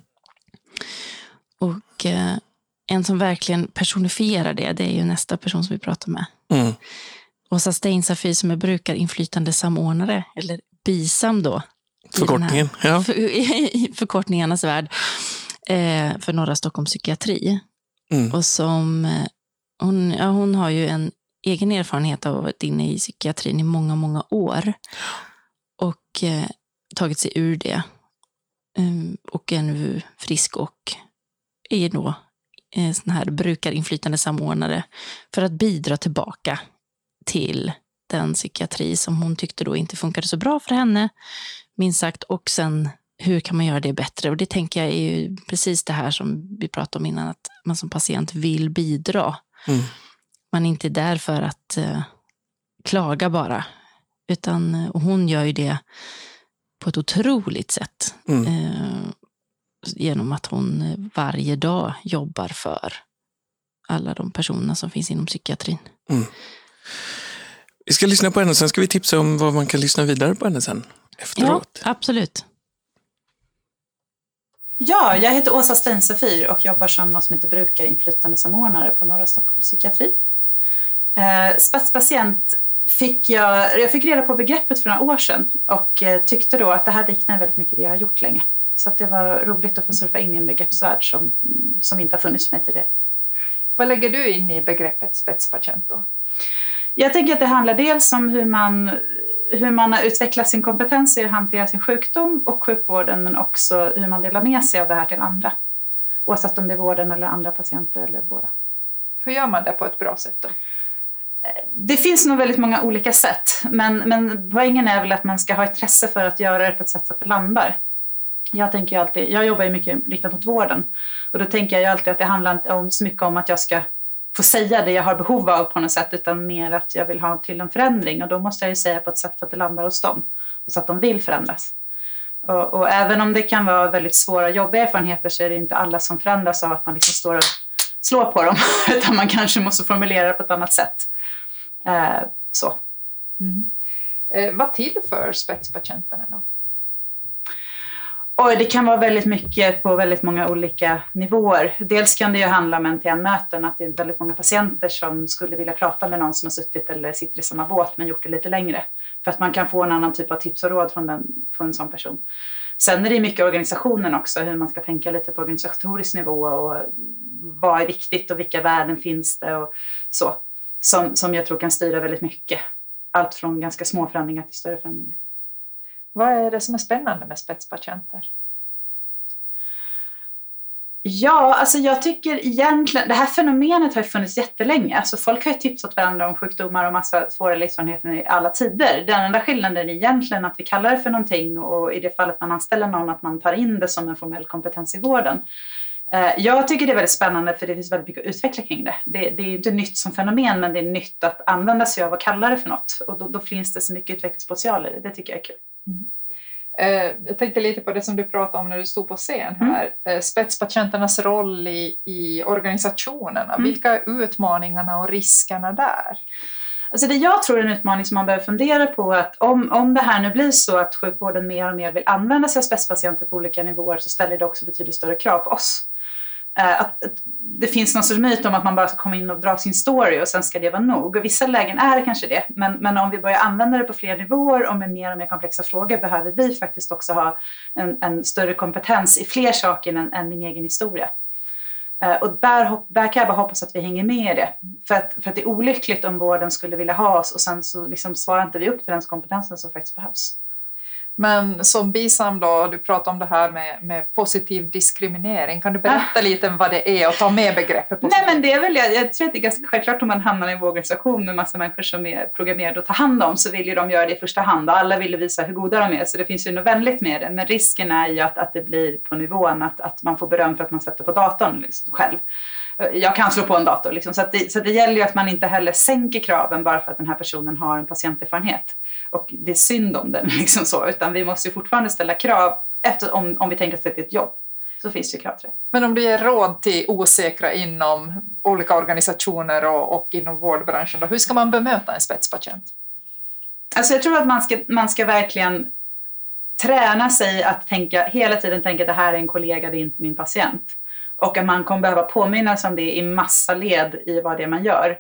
Och eh, en som verkligen personifierar det, det är ju nästa person som vi pratar med. Mm. Åsa Steinsafy som är brukarinflytande samordnare, eller BISAM då. Förkortningen, ja. För, i förkortningarnas värld. Eh, för Norra Stockholms psykiatri. Mm. Och som, eh, hon, ja, hon har ju en egen erfarenhet av att ha varit inne i psykiatrin i många, många år. Och eh, tagit sig ur det. Eh, och är nu frisk och är då eh, sån här brukarinflytande samordnare för att bidra tillbaka till den psykiatri som hon tyckte då inte funkade så bra för henne, minst sagt. Och sen, hur kan man göra det bättre? Och det tänker jag är ju precis det här som vi pratade om innan, att man som patient vill bidra. Mm. Man är inte där för att eh, klaga bara. Utan, och hon gör ju det på ett otroligt sätt. Mm. Eh, genom att hon varje dag jobbar för alla de personerna som finns inom psykiatrin. Mm. Vi ska lyssna på henne, sen ska vi tipsa om vad man kan lyssna vidare på henne sen efteråt. Ja, absolut. Ja, jag heter Åsa Steinsafir och jobbar som något som heter brukarinflytandesamordnare på Norra Stockholms psykiatri. Eh, spetspatient fick jag, jag fick reda på begreppet för några år sedan och eh, tyckte då att det här liknar väldigt mycket det jag har gjort länge. Så att det var roligt att få surfa in i en begreppsvärld som, som inte har funnits för mig tidigare. Vad lägger du in i begreppet spetspatient då? Jag tänker att det handlar dels om hur man, hur man har utvecklat sin kompetens i att hantera sin sjukdom och sjukvården, men också hur man delar med sig av det här till andra. Oavsett om det är vården eller andra patienter eller båda. Hur gör man det på ett bra sätt då? Det finns nog väldigt många olika sätt, men, men poängen är väl att man ska ha intresse för att göra det på ett sätt så att det landar. Jag tänker ju alltid, jag jobbar ju mycket riktat mot vården och då tänker jag ju alltid att det handlar inte om så mycket om att jag ska få säga det jag har behov av på något sätt, utan mer att jag vill ha till en förändring, och då måste jag ju säga på ett sätt så att det landar hos dem och så att de vill förändras. Och, och även om det kan vara väldigt svåra jobbiga erfarenheter så är det inte alla som förändras av att man liksom står och slår på dem, utan man kanske måste formulera det på ett annat sätt. Eh, så. Mm. Eh, vad tillför spetspatienterna då? Och det kan vara väldigt mycket på väldigt många olika nivåer. Dels kan det ju handla om en till en möten, att det är väldigt många patienter som skulle vilja prata med någon som har suttit eller sitter i samma båt men gjort det lite längre. För att man kan få en annan typ av tips och råd från, den, från en sån person. Sen är det mycket organisationen också, hur man ska tänka lite på organisatorisk nivå och vad är viktigt och vilka värden finns det och så. Som, som jag tror kan styra väldigt mycket. Allt från ganska små förändringar till större förändringar. Vad är det som är spännande med spetspatienter? Ja, alltså jag tycker egentligen, det här fenomenet har ju funnits jättelänge. Alltså folk har ju tipsat varandra om sjukdomar och massa svåra livserfarenheter i alla tider. Den enda skillnaden är egentligen att vi kallar det för någonting, och i det fallet man anställer någon att man tar in det som en formell kompetens i vården. Jag tycker det är väldigt spännande för det finns väldigt mycket att utveckla kring det. Det, det är inte nytt som fenomen, men det är nytt att använda sig av och kalla det för något. Och då, då finns det så mycket utvecklingspotential i det. Det tycker jag är kul. Mm. Jag tänkte lite på det som du pratade om när du stod på scen här. Mm. Spetspatienternas roll i, i organisationerna. Mm. Vilka är utmaningarna och riskerna där? Alltså det jag tror är en utmaning som man behöver fundera på är att om, om det här nu blir så att sjukvården mer och mer vill använda sig av spetspatienter på olika nivåer, så ställer det också betydligt större krav på oss. Att, att det finns någon sorts myt om att man bara ska komma in och dra sin story och sen ska det vara nog. Och vissa lägen är det kanske det. Men, men om vi börjar använda det på fler nivåer och med mer och mer komplexa frågor behöver vi faktiskt också ha en, en större kompetens i fler saker än, än min egen historia. Och där, där kan jag bara hoppas att vi hänger med i det. För att, för att det är olyckligt om vården skulle vilja ha oss och sen så liksom svarar inte vi upp till den kompetensen som faktiskt behövs. Men som BISAM då, du pratar om det här med, med positiv diskriminering. Kan du berätta ah. lite om vad det är och ta med begreppet positiv? Nej, men det är väl, jag, jag tror att det är ganska självklart om man hamnar i en organisation med massa människor som är programmerade att ta hand om, så vill ju de göra det i första hand och alla vill visa hur goda de är, så det finns ju något vänligt med det. Men risken är ju att, att det blir på nivån att, att man får beröm för att man sätter på datorn liksom, själv. Jag kan slå på en dator liksom, så, att det, så att det gäller ju att man inte heller sänker kraven bara för att den här personen har en patienterfarenhet. Och det är synd om den liksom så, utan vi måste ju fortfarande ställa krav efter, om, om vi tänker att det är ett jobb. Så finns det ju krav till det. Men om du ger råd till osäkra inom olika organisationer och, och inom vårdbranschen, då, hur ska man bemöta en spetspatient? Alltså jag tror att man ska, man ska verkligen träna sig att tänka, hela tiden tänka att det här är en kollega, det är inte min patient. Och att man kommer behöva påminnas om det i massa led i vad det är man gör.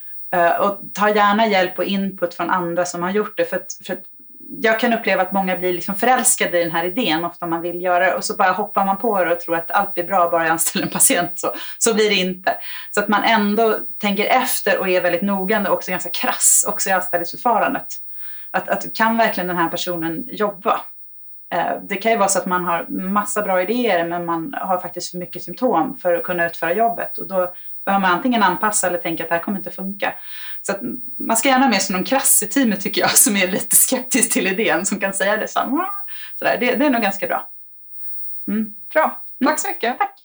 Och ta gärna hjälp och input från andra som har gjort det. För att, för att jag kan uppleva att många blir liksom förälskade i den här idén ofta man vill göra det. Och så bara hoppar man på det och tror att allt blir bra bara jag anställer en patient. Så, så blir det inte. Så att man ändå tänker efter och är väldigt noggrann och också ganska krass också i anställningsförfarandet. Att, att kan verkligen den här personen jobba? Det kan ju vara så att man har massa bra idéer men man har faktiskt för mycket symptom för att kunna utföra jobbet. Och då behöver man antingen anpassa eller tänka att det här kommer inte funka. Så att man ska gärna ha med sig någon krass i teamet tycker jag som är lite skeptisk till idén som kan säga det så. Sådär. Det, det är nog ganska bra. Mm. Bra, tack så mycket. Tack.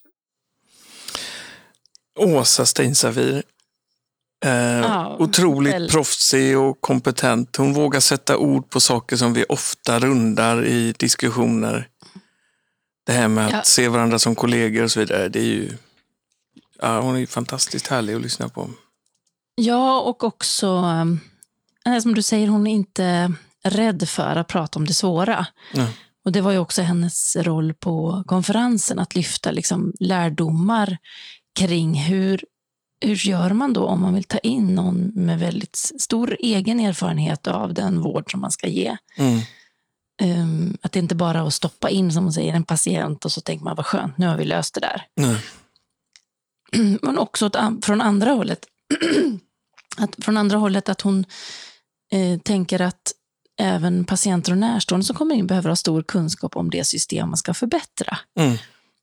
Åsa Steinsafir. Eh, oh, otroligt väl. Proffsig och kompetent. Hon vågar sätta ord på saker som vi ofta rundar i diskussioner. Det här med att ja. se varandra som kollegor och så vidare. Det är ju, ja, hon är ju fantastiskt härlig att lyssna på. Ja, och också som du säger, hon är inte rädd för att prata om det svåra. Ja. Och det var ju också hennes roll på konferensen att lyfta liksom lärdomar kring hur, hur gör man då om man vill ta in någon med väldigt stor egen erfarenhet av den vård som man ska ge. Mm. Um, att det inte bara är att stoppa in, som man säger, en patient och så tänker man vad skönt, nu har vi löst det där. Nej. Men också att, från andra hållet att, från andra hållet att hon eh, tänker att även patienter och närstående som kommer in behöver ha stor kunskap om det system man ska förbättra. Mm.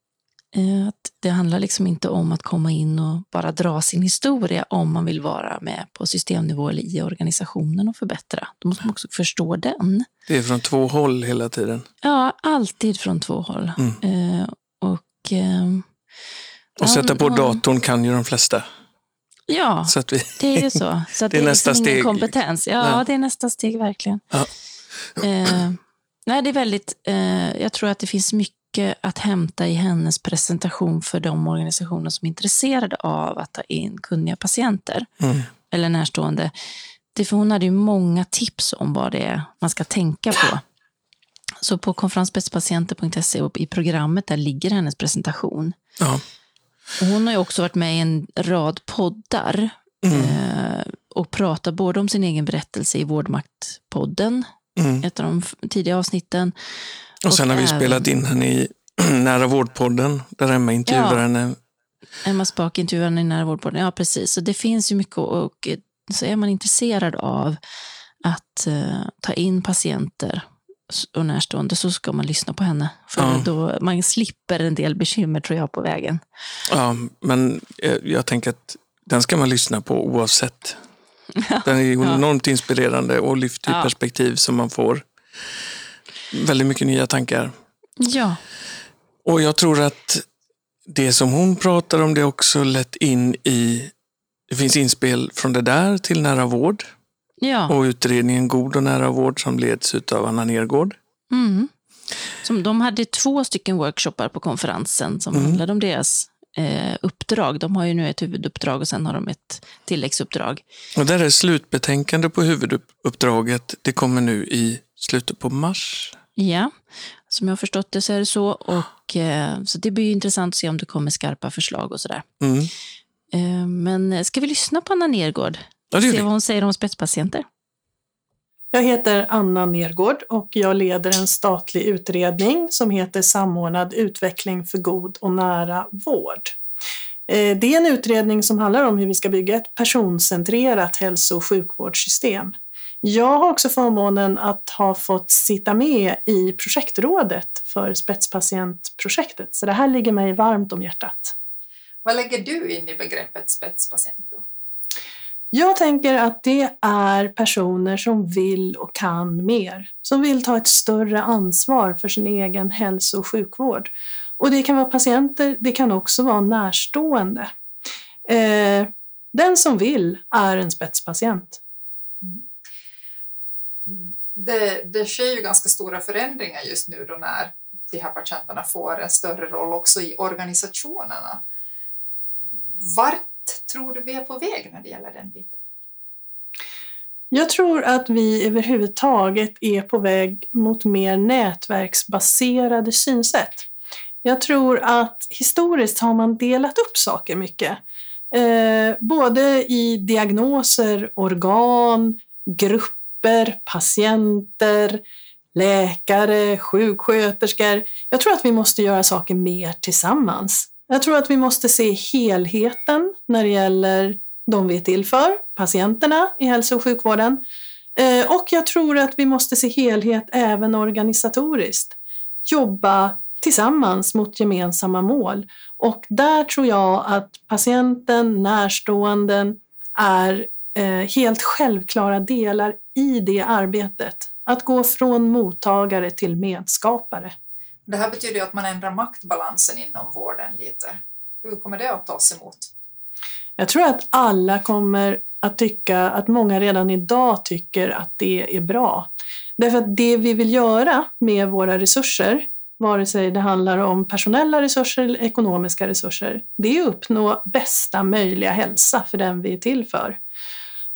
Eh, att det handlar liksom inte om att komma in och bara dra sin historia om man vill vara med på systemnivå eller i organisationen och förbättra. Då måste man också förstå den. Det är från två håll hela tiden. Ja, alltid från två håll. Mm. Eh, och eh, och sätta på hon, datorn kan ju de flesta. Ja, så att vi, det är ju så. Så att det är det är nästa liksom ingen steg. kompetens. Ja, Ja. det är nästa steg verkligen. Ja. Eh, nej, det är väldigt, eh, jag tror att det finns mycket att hämta i hennes presentation för de organisationer som är intresserade av att ta in kunniga patienter Mm. eller närstående. Det, för hon hade ju många tips om vad det är man ska tänka på. Så på konferens spetspatienter punkt se och i programmet där ligger hennes presentation. Ja. Och hon har ju också varit med i en rad poddar Mm. eh, och pratar både om sin egen berättelse i Vårdmaktpodden, Mm. ett av de f- tidiga avsnitten. Och sen har vi även spelat in henne i Nära vårdpodden, där Emma intervjuar Ja. henne. Emma Spak intervjuar henne i Nära vårdpodden. Ja, precis. Så det finns ju mycket, och, och så är man intresserad av att eh, ta in patienter och närstående så ska man lyssna på henne. För Ja. då man slipper en del bekymmer, tror jag, på vägen. Ja, men jag, jag tänker att den ska man lyssna på oavsett. Den är ju Ja. enormt inspirerande och lyfter Ja. perspektiv som man får väldigt mycket nya tankar. Ja, Och jag tror att det som hon pratar om det är också lätt in i, det finns inspel från det där till nära vård ja. och utredningen God och nära vård som leds av Anna Nergård. Mm. Som de hade två stycken workshoppar på konferensen som Mm. handlade om deras eh, uppdrag. De har ju nu ett huvuduppdrag och sen har de ett tilläggsuppdrag. Och där är slutbetänkande på huvuduppdraget. Det kommer nu i slutet på mars. Ja, som jag har förstått det så är det så. Och, eh, så det blir ju intressant att se om det kommer skarpa förslag och sådär. Mm. Eh, men ska vi lyssna på Anna Nergård? Ja, det gör Se vi. vad hon säger om spetspatienter. Jag heter Anna Nergård och jag leder en statlig utredning som heter Samordnad utveckling för god och nära vård. Eh, Det är en utredning som handlar om hur vi ska bygga ett personcentrerat hälso- och sjukvårdssystem. Jag har också förmånen att ha fått sitta med i projektrådet för spetspatientprojektet, så det här ligger mig varmt om hjärtat. Vad lägger du in i begreppet spetspatient då? Jag tänker att det är personer som vill och kan mer, som vill ta ett större ansvar för sin egen hälso- och sjukvård. Och det kan vara patienter, det kan också vara närstående. Eh, den som vill är en spetspatient. Det, det sker ju ganska stora förändringar just nu då när de här patienterna får en större roll också i organisationerna. Vart tror du vi är på väg när det gäller den biten? Jag tror att vi överhuvudtaget är på väg mot mer nätverksbaserade synsätt. Jag tror att historiskt har man delat upp saker mycket. Eh, både i diagnoser, organ, grupper, patienter, läkare, sjuksköterskor. Jag tror att vi måste göra saker mer tillsammans. Jag tror att vi måste se helheten när det gäller de vi är till för, patienterna i hälso- och sjukvården. Eh, och jag tror att vi måste se helhet även organisatoriskt. Jobba tillsammans mot gemensamma mål. Och där tror jag att patienten, närståenden är eh, helt självklara delar i det arbetet. Att gå från mottagare till medskapare. Det här betyder ju att man ändrar maktbalansen inom vården lite. Hur kommer det att tas emot? Jag tror att alla kommer att tycka att många redan idag tycker att det är bra. Därför att det vi vill göra med våra resurser, vare sig det handlar om personella resurser eller ekonomiska resurser, det är att uppnå bästa möjliga hälsa för den vi är till för.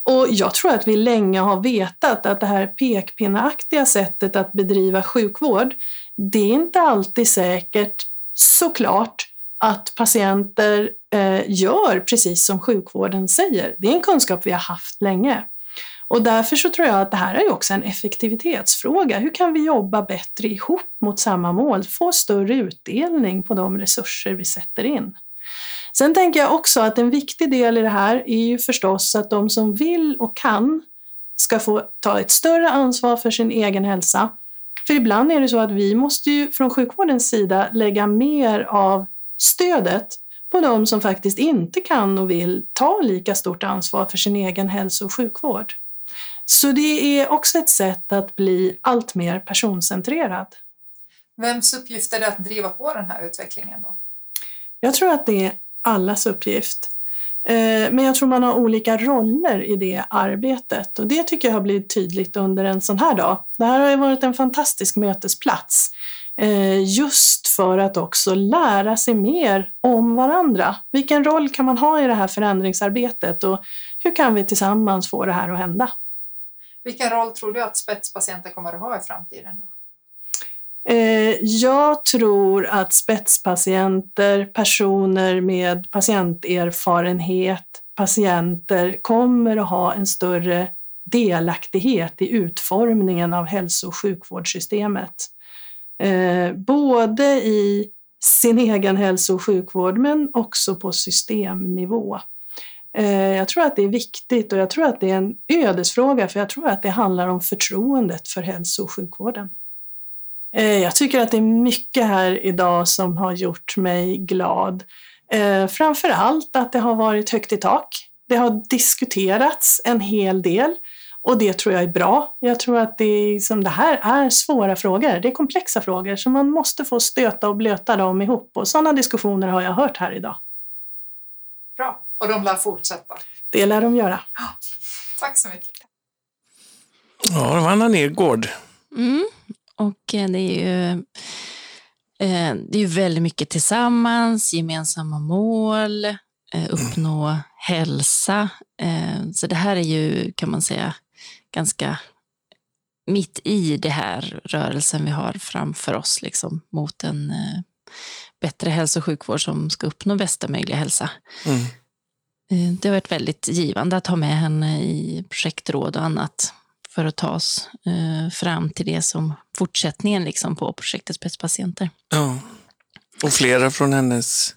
Och jag tror att vi länge har vetat att det här pekpinneaktiga sättet att bedriva sjukvård, det är inte alltid säkert såklart att patienter eh, gör precis som sjukvården säger. Det är en kunskap vi har haft länge. Och därför så tror jag att det här är också en effektivitetsfråga. Hur kan vi jobba bättre ihop mot samma mål? Få större utdelning på de resurser vi sätter in. Sen tänker jag också att en viktig del i det här är ju förstås att de som vill och kan ska få ta ett större ansvar för sin egen hälsa. För ibland är det så att vi måste ju från sjukvårdens sida lägga mer av stödet på de som faktiskt inte kan och vill ta lika stort ansvar för sin egen hälso- och sjukvård. Så det är också ett sätt att bli allt mer personcentrerad. Vems uppgift är det att driva på den här utvecklingen då? Jag tror att det är allas uppgift. Men jag tror man har olika roller i det arbetet. Och det tycker jag har blivit tydligt under en sån här dag. Det här har ju varit en fantastisk mötesplats. Just för att också lära sig mer om varandra. Vilken roll kan man ha i det här förändringsarbetet? Och hur kan vi tillsammans få det här att hända? Vilken roll tror du att spetspatienter kommer att ha i framtiden då? Jag tror att spetspatienter, personer med patienterfarenhet, patienter kommer att ha en större delaktighet i utformningen av hälso- och sjukvårdssystemet. Både i sin egen hälso- och sjukvård men också på systemnivå. Jag tror att det är viktigt och jag tror att det är en ödesfråga för jag tror att det handlar om förtroendet för hälso- och sjukvården. Jag tycker att det är mycket här idag som har gjort mig glad. Framför allt att det har varit högt i tak. Det har diskuterats en hel del och det tror jag är bra. Jag tror att det, som det här är svåra frågor. Det är komplexa frågor så man måste få stöta och blöta dem ihop. Och sådana diskussioner har jag hört här idag. Bra, och de lär fortsätta. Det lär de göra. Tack så mycket. Ja, det var Anna Nergård. Mm. Och det är ju det är ju väldigt mycket tillsammans, gemensamma mål, uppnå hälsa. Så det här är ju, kan man säga, ganska mitt i det här rörelsen vi har framför oss liksom, mot en bättre hälso- och sjukvård som ska uppnå bästa möjliga hälsa. Mm. Det har varit väldigt givande att ha med henne i projektråd och annat för att ta oss eh, fram till det som fortsättningen liksom, på projektet Spetspatienter. Ja, och flera från hennes,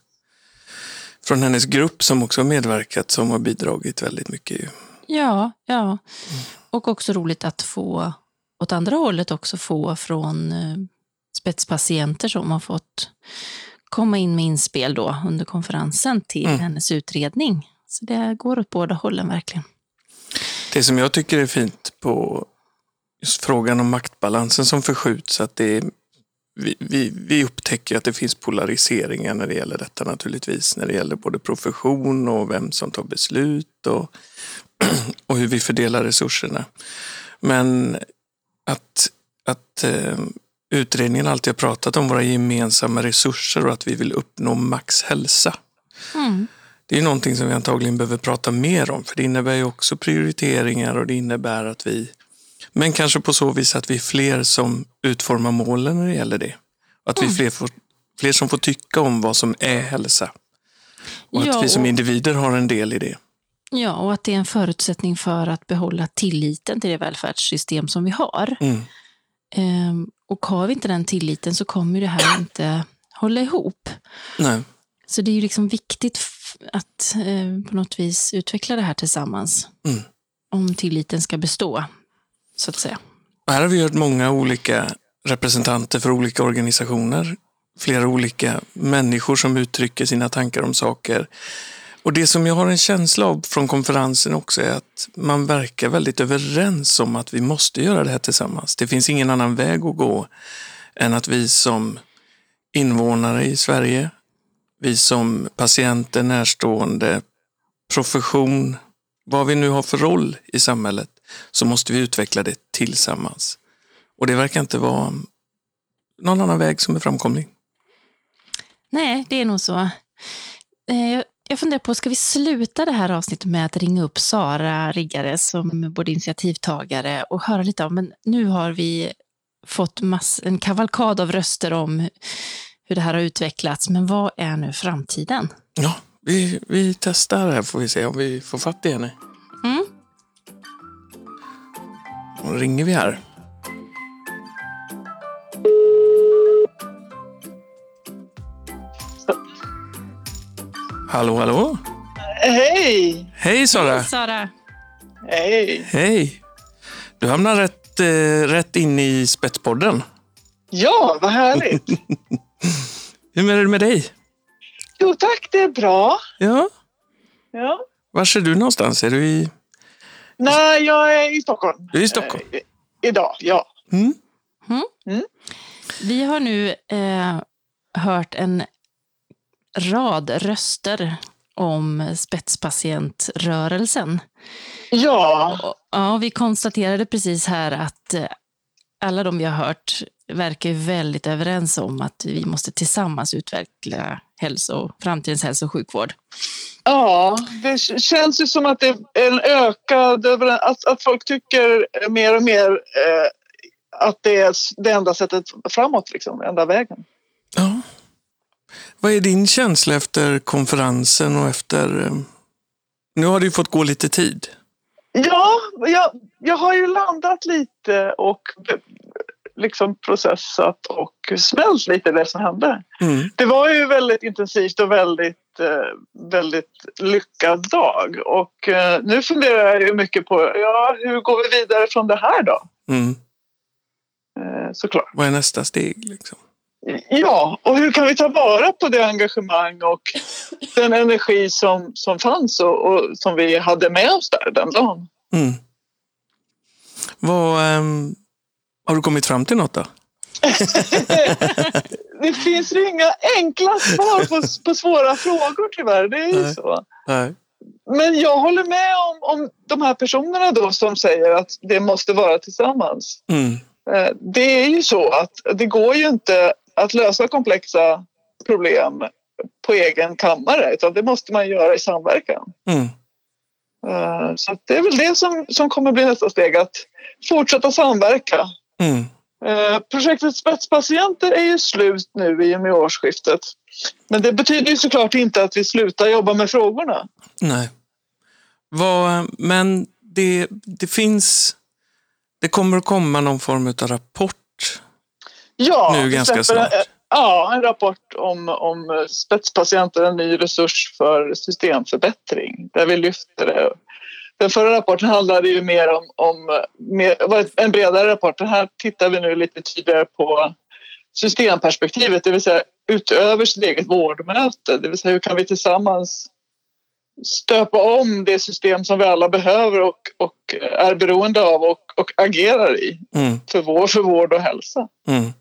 från hennes grupp som också har medverkat som har bidragit väldigt mycket. Ju. Ja, ja. Mm. Och också roligt att få åt andra hållet också få från eh, spetspatienter som har fått komma in med inspel då under konferensen till mm. hennes utredning. Så det går åt båda hållen verkligen. Det som jag tycker är fint på just frågan om maktbalansen som förskjuts, att det är, vi, vi, vi upptäcker att det finns polariseringar när det gäller detta naturligtvis, när det gäller både profession och vem som tar beslut och, och hur vi fördelar resurserna. Men att, att eh, utredningen alltid har pratat om våra gemensamma resurser och att vi vill uppnå max hälsa. Mm. Det är någonting som vi antagligen behöver prata mer om, för det innebär ju också prioriteringar och det innebär att vi, men kanske på så vis att vi är fler som utformar målen när det gäller det. Och att mm. vi är fler, får, fler som får tycka om vad som är hälsa. Och ja, att vi som individer har en del i det. Ja, och att det är en förutsättning för att behålla tilliten till det välfärdssystem som vi har. Mm. Ehm, och har vi inte den tilliten så kommer det här inte hålla ihop. Nej. Så det är ju liksom viktigt att eh, på något vis utveckla det här tillsammans. Mm. Om tilliten ska bestå, så att säga. Och här har vi hört många olika representanter för olika organisationer. Flera olika människor som uttrycker sina tankar om saker. Och det som jag har en känsla av från konferensen också är att man verkar väldigt överens om att vi måste göra det här tillsammans. Det finns ingen annan väg att gå än att vi som invånare i Sverige, vi som patienter, närstående, profession, vad vi nu har för roll i samhället, så måste vi utveckla det tillsammans. Och det verkar inte vara någon annan väg som är framkomlig. Nej, det är nog så. jag funderar på, ska vi sluta det här avsnittet med att ringa upp Sara Riggare som både initiativtagare och höra lite om, men nu har vi fått mass, en kavalkad av röster om hur det här har utvecklats, men vad är nu framtiden? Ja, vi, vi testar här, får vi se om vi får fatt i henne. Mm. Då ringer vi här. Hallå, hallå. Hej! Hej Sara. Hej Sara. Hej! Hej. Du hamnar rätt, eh, rätt in i Spetspodden. Ja, vad härligt! Hur är det med dig? Jo tack, det är bra. Ja. Ja. Var är du någonstans? Är du i... Nej, jag är i Stockholm. Du är i Stockholm? Eh, idag, ja. Mm. Mm. Vi har nu eh, hört en rad röster om spetspatientrörelsen. Ja. Och, ja, vi konstaterade precis här att eh, alla de vi har hört verkar väldigt överens om att vi måste tillsammans utveckla hälso, framtidens hälso- och sjukvård. Ja, det känns ju som att det är en ökad, att, att folk tycker mer och mer eh, att det är det enda sättet framåt, liksom, enda vägen. Ja. Vad är din känsla efter konferensen och efter... Eh, nu har du ju fått gå lite tid. Ja, jag, jag har ju landat lite och liksom processat och smält lite det som hände. Mm. Det var ju väldigt intensivt och väldigt, väldigt lyckad dag. Och nu funderar jag ju mycket på, ja, hur går vi vidare från det här då? Mm. Såklart. Vad är nästa steg liksom? Ja, och hur kan vi ta vara på det engagemang och den energi som, som fanns och, och som vi hade med oss där den dagen. Mm. Vad, um, har du kommit fram till något då? Det finns ju inga enkla svar på, på svåra frågor tyvärr, det är ju Nej. så. Nej. Men jag håller med om, om de här personerna då som säger att det måste vara tillsammans. Mm. Det är ju så att det går ju inte att lösa komplexa problem på egen kammare, utan det måste man göra i samverkan. Mm. Så det är väl det som, som kommer bli nästa steg, att fortsätta samverka. Mm. Projektet Spetspatienter är ju slut nu i och med årsskiftet. Men det betyder ju såklart inte att vi slutar jobba med frågorna. Nej. Vad, men det, det finns... Det kommer att komma någon form av rapport ja, nu ganska snart. En, ja, en rapport om, om spetspatienter, en ny resurs för systemförbättring. Där vi lyfter det. Den förra rapporten handlade ju mer om, om mer, en bredare rapport. Den här tittar vi nu lite tydligare på systemperspektivet, det vill säga utöver sitt eget vårdmöte. Det vill säga hur kan vi tillsammans stöpa om det system som vi alla behöver och, och är beroende av och, och agerar i mm. för, vår, för vård och hälsa. Mm.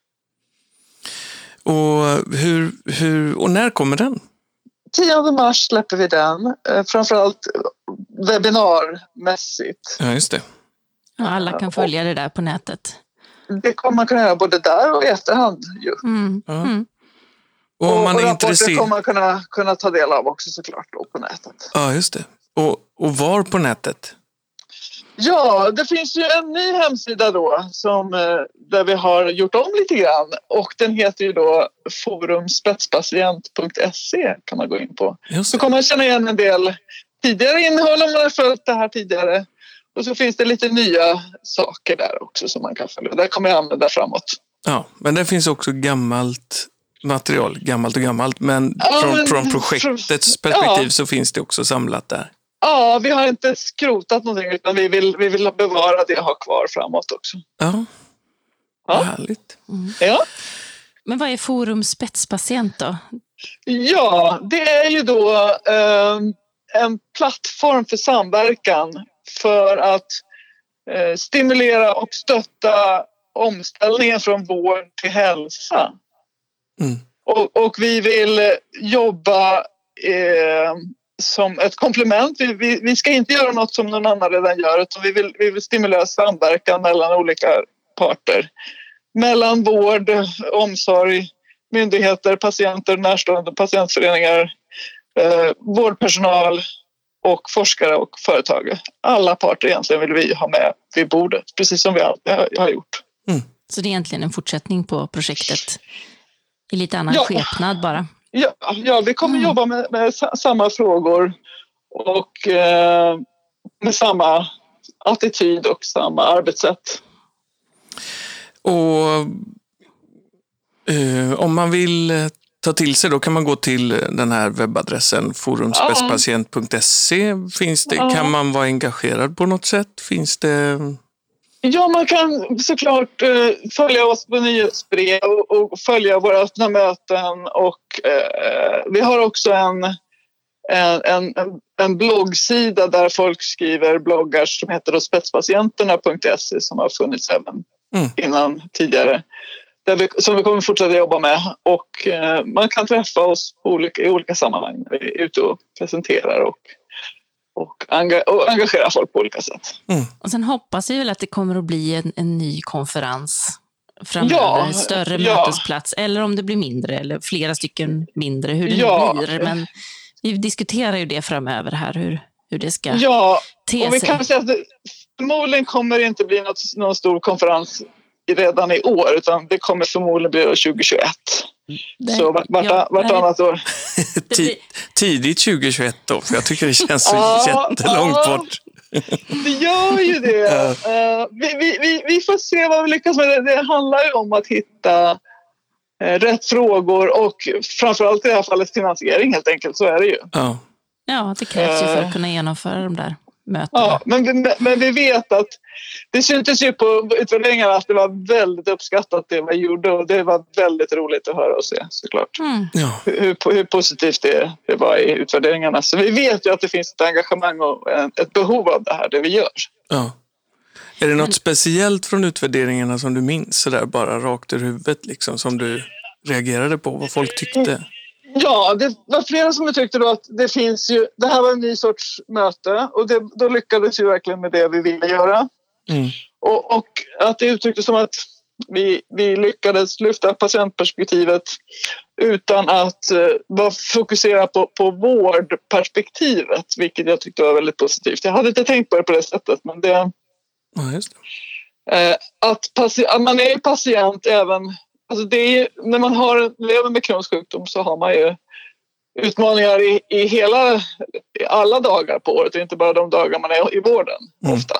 Och, hur, hur, och när kommer den? tionde mars släpper vi den, framförallt webbinarmässigt. Ja, just det. Ja, alla kan följa det där på nätet. Det kommer man kunna göra både där och i efterhand. Ju. Mm. Ja. Mm. Och om man och är rapporter intresserad... kommer man kunna, kunna ta del av också såklart då på nätet. Ja, just det. Och, och var på nätet? Ja, det finns ju en ny hemsida då som, där vi har gjort om lite grann. Och den heter ju då forum spetspatient punkt se kan man gå in på. Så kommer man känna igen en del tidigare innehåll om man har följt det här tidigare. Och så finns det lite nya saker där också som man kan följa. Där kommer jag använda framåt. Ja, men det finns också gammalt material, gammalt och gammalt. Men, ja, från, men från projektets perspektiv ja. så finns det också samlat där. Ja, vi har inte skrotat någonting utan vi vill, vi vill bevara det och ha kvar framåt också. Ja, ja. Härligt. Mm. Ja. Men vad är Forum Spetspatient då? Ja, det är ju då eh, en plattform för samverkan för att eh, stimulera och stötta omställningen från vård till hälsa. Mm. Och, och vi vill jobba eh, som ett komplement. Vi, vi, vi ska inte göra något som någon annan redan gör utan vi vill, vi vill stimulera samverkan mellan olika parter. Mellan vård, omsorg, myndigheter, patienter, närstående, patientföreningar eh, vårdpersonal och forskare och företag. Alla parter egentligen vill vi ha med vid bordet, precis som vi alltid har, har gjort. Mm. Så det är egentligen en fortsättning på projektet i lite annan ja. skepnad bara? Ja, ja vi kommer mm. jobba med, med samma frågor och eh, med samma attityd och samma arbetssätt. Och eh, om man vill ta till sig, då kan man gå till den här webbadressen forum spetspatient punkt se. Finns det, ja. Kan man vara engagerad på något sätt? Finns det... Ja, man kan såklart eh, följa oss på nyhetsbrev och, och följa våra öppna möten. Och eh, vi har också en, en, en, en bloggsida där folk skriver bloggar som heter spetspatienterna punkt se som har funnits även mm. innan tidigare. Där vi, som vi kommer fortsätta jobba med. Och eh, man kan träffa oss på olika, i olika sammanhang när vi är ute och presenterar och Och, enga- och engagera folk på olika sätt. Mm. Och sen hoppas vi väl att det kommer att bli en, en ny konferens framöver, ja, en större ja. mötesplats, eller om det blir mindre, eller flera stycken mindre, hur det ja. blir. Men vi diskuterar ju det framöver här, hur, hur det ska ja. te och vi sig. kan säga att det, förmodligen kommer det inte bli något, någon stor konferens redan i år, utan det kommer förmodligen bli tjugohundratjugoett. Det, så vart, vart, ja, vartannat år. Tidigt tjugohundratjugoett då, för jag tycker det känns så ja, jättelångt ja, bort. Det gör ju det. Ja. Uh, vi, vi, vi, vi får se vad vi lyckas med. Det, det handlar ju om att hitta uh, rätt frågor och framförallt i det här fallet finansiering helt enkelt, så är det ju. Ja, ja det krävs ju för att kunna genomföra de där mötena. Ja, men, men, men vi vet att det syntes ju på utvärderingarna att det var väldigt uppskattat det vi gjorde, och det var väldigt roligt att höra och se, såklart. Mm. Ja. Hur, hur positivt det, det var i utvärderingarna. Så vi vet ju att det finns ett engagemang och ett behov av det här, det vi gör. Ja. Är det något men... speciellt från utvärderingarna som du minns så där bara rakt ur huvudet liksom, som du reagerade på, vad folk tyckte? Ja, det var flera som tyckte då att det finns ju, det här var en ny sorts möte, och det, då lyckades ju verkligen med det vi ville göra. Mm. Och, och att det uttrycktes som att vi, vi lyckades lyfta patientperspektivet utan att uh, bara fokusera på, på vårdperspektivet, vilket jag tyckte var väldigt positivt. Jag hade inte tänkt på det på det sättet, men det... Ja, just det. Uh, att, paci- att man är patient även... Alltså det är, när man har, lever med Crohns sjukdom så har man ju utmaningar i, i hela, i alla dagar på året, inte bara de dagar man är i vården mm. ofta.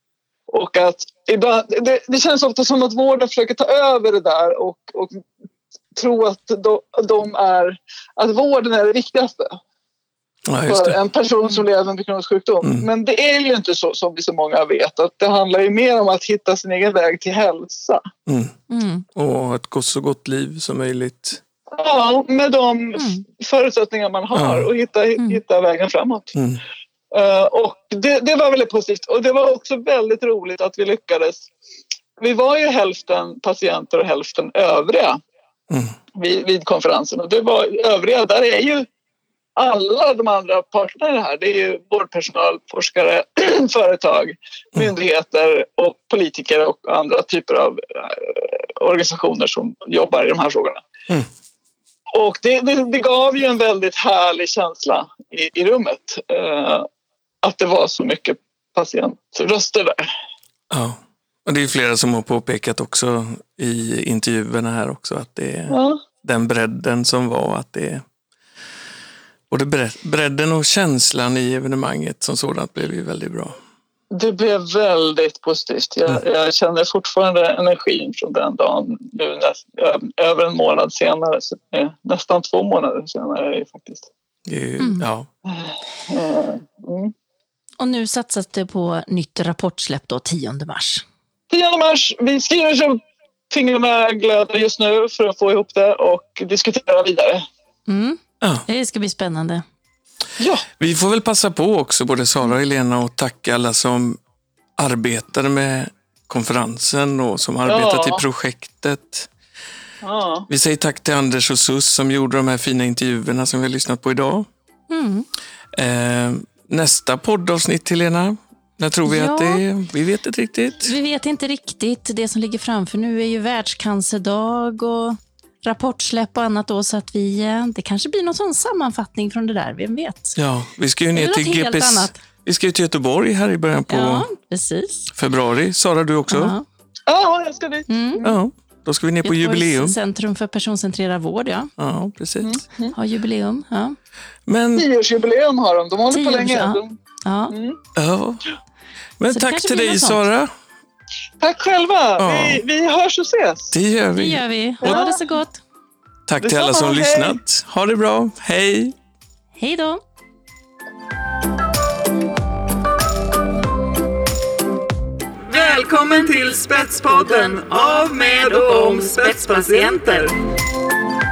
Och att ibland, det, det känns ofta som att vården försöker ta över det där och, och tro att de, de är, att vården är det viktigaste. Ja, just det. För en person som lever med Crohns sjukdom. Mm. Men det är ju inte så som vi så många vet. Att det handlar ju mer om att hitta sin egen väg till hälsa. Mm. Mm. Och ett gott, så gott liv som möjligt. Ja, med de mm. förutsättningar man har. Ja. Och hitta, mm. hitta vägen framåt. Mm. Uh, och det, det var väldigt positivt. Och det var också väldigt roligt att vi lyckades. Vi var ju hälften patienter och hälften övriga mm. vid, vid konferensen. Och det var övriga, där är ju alla de andra parterna i det här. Det är ju vårdpersonal, forskare, företag, myndigheter och politiker och andra typer av eh, organisationer som jobbar i de här frågorna. Mm. Och det, det, det gav ju en väldigt härlig känsla i, i rummet. Eh, att det var så mycket patientröster där. Ja, och det är flera som har påpekat också i intervjuerna här också att det är ja. den bredden som var, att det är både bredden och känslan i evenemanget som sådant blev ju väldigt bra. Det blev väldigt positivt. Jag, mm. jag känner fortfarande energin från den dagen nu näst, över en månad senare. Så, eh, nästan två månader senare faktiskt. Mm. Ja. Mm. Och nu satsas det på nytt rapportsläpp då tionde mars. tionde mars. Vi skriver så fingrarna glöder just nu för att få ihop det och diskutera vidare. Mm. Ja. Det ska bli spännande. Ja. Vi får väl passa på också, både Sara och Helena, och tacka alla som arbetade med konferensen och som arbetat ja. i projektet. Ja. Vi säger tack till Anders och Sus som gjorde de här fina intervjuerna som vi har lyssnat på idag. Mm. Eh, nästa poddavsnitt, Helena, när tror vi ja. att det är? Vi vet inte riktigt. Vi vet inte riktigt. Det som ligger framför nu är ju världscancerdag och rapportsläpp och annat då, så att vi, det kanske blir någon sån sammanfattning från det där, vem vet? Ja, vi ska ju ner till G P S. Vi ska ju till Göteborg här i början på ja, precis. februari. Sara, du också? Ja, ja jag ska dit. Mm. Ja, då ska vi ner på jubileum. Centrum för personcentrerad vård, ja. Ja, precis. Mm. Mm. Har jubileum, ja. Men... Tioårsjubileum har de, de håller på länge. Ja. Ja. Mm. ja. Men så tack till dig, Sara. Tack själva. Ja. Vi, vi hörs och ses. Det gör vi. Det gör vi. Ha ja. det så gott. Tack till alla som har lyssnat. Ha det bra. Hej. Hej då. Välkommen till Spetspodden av, med och om spetspatienter.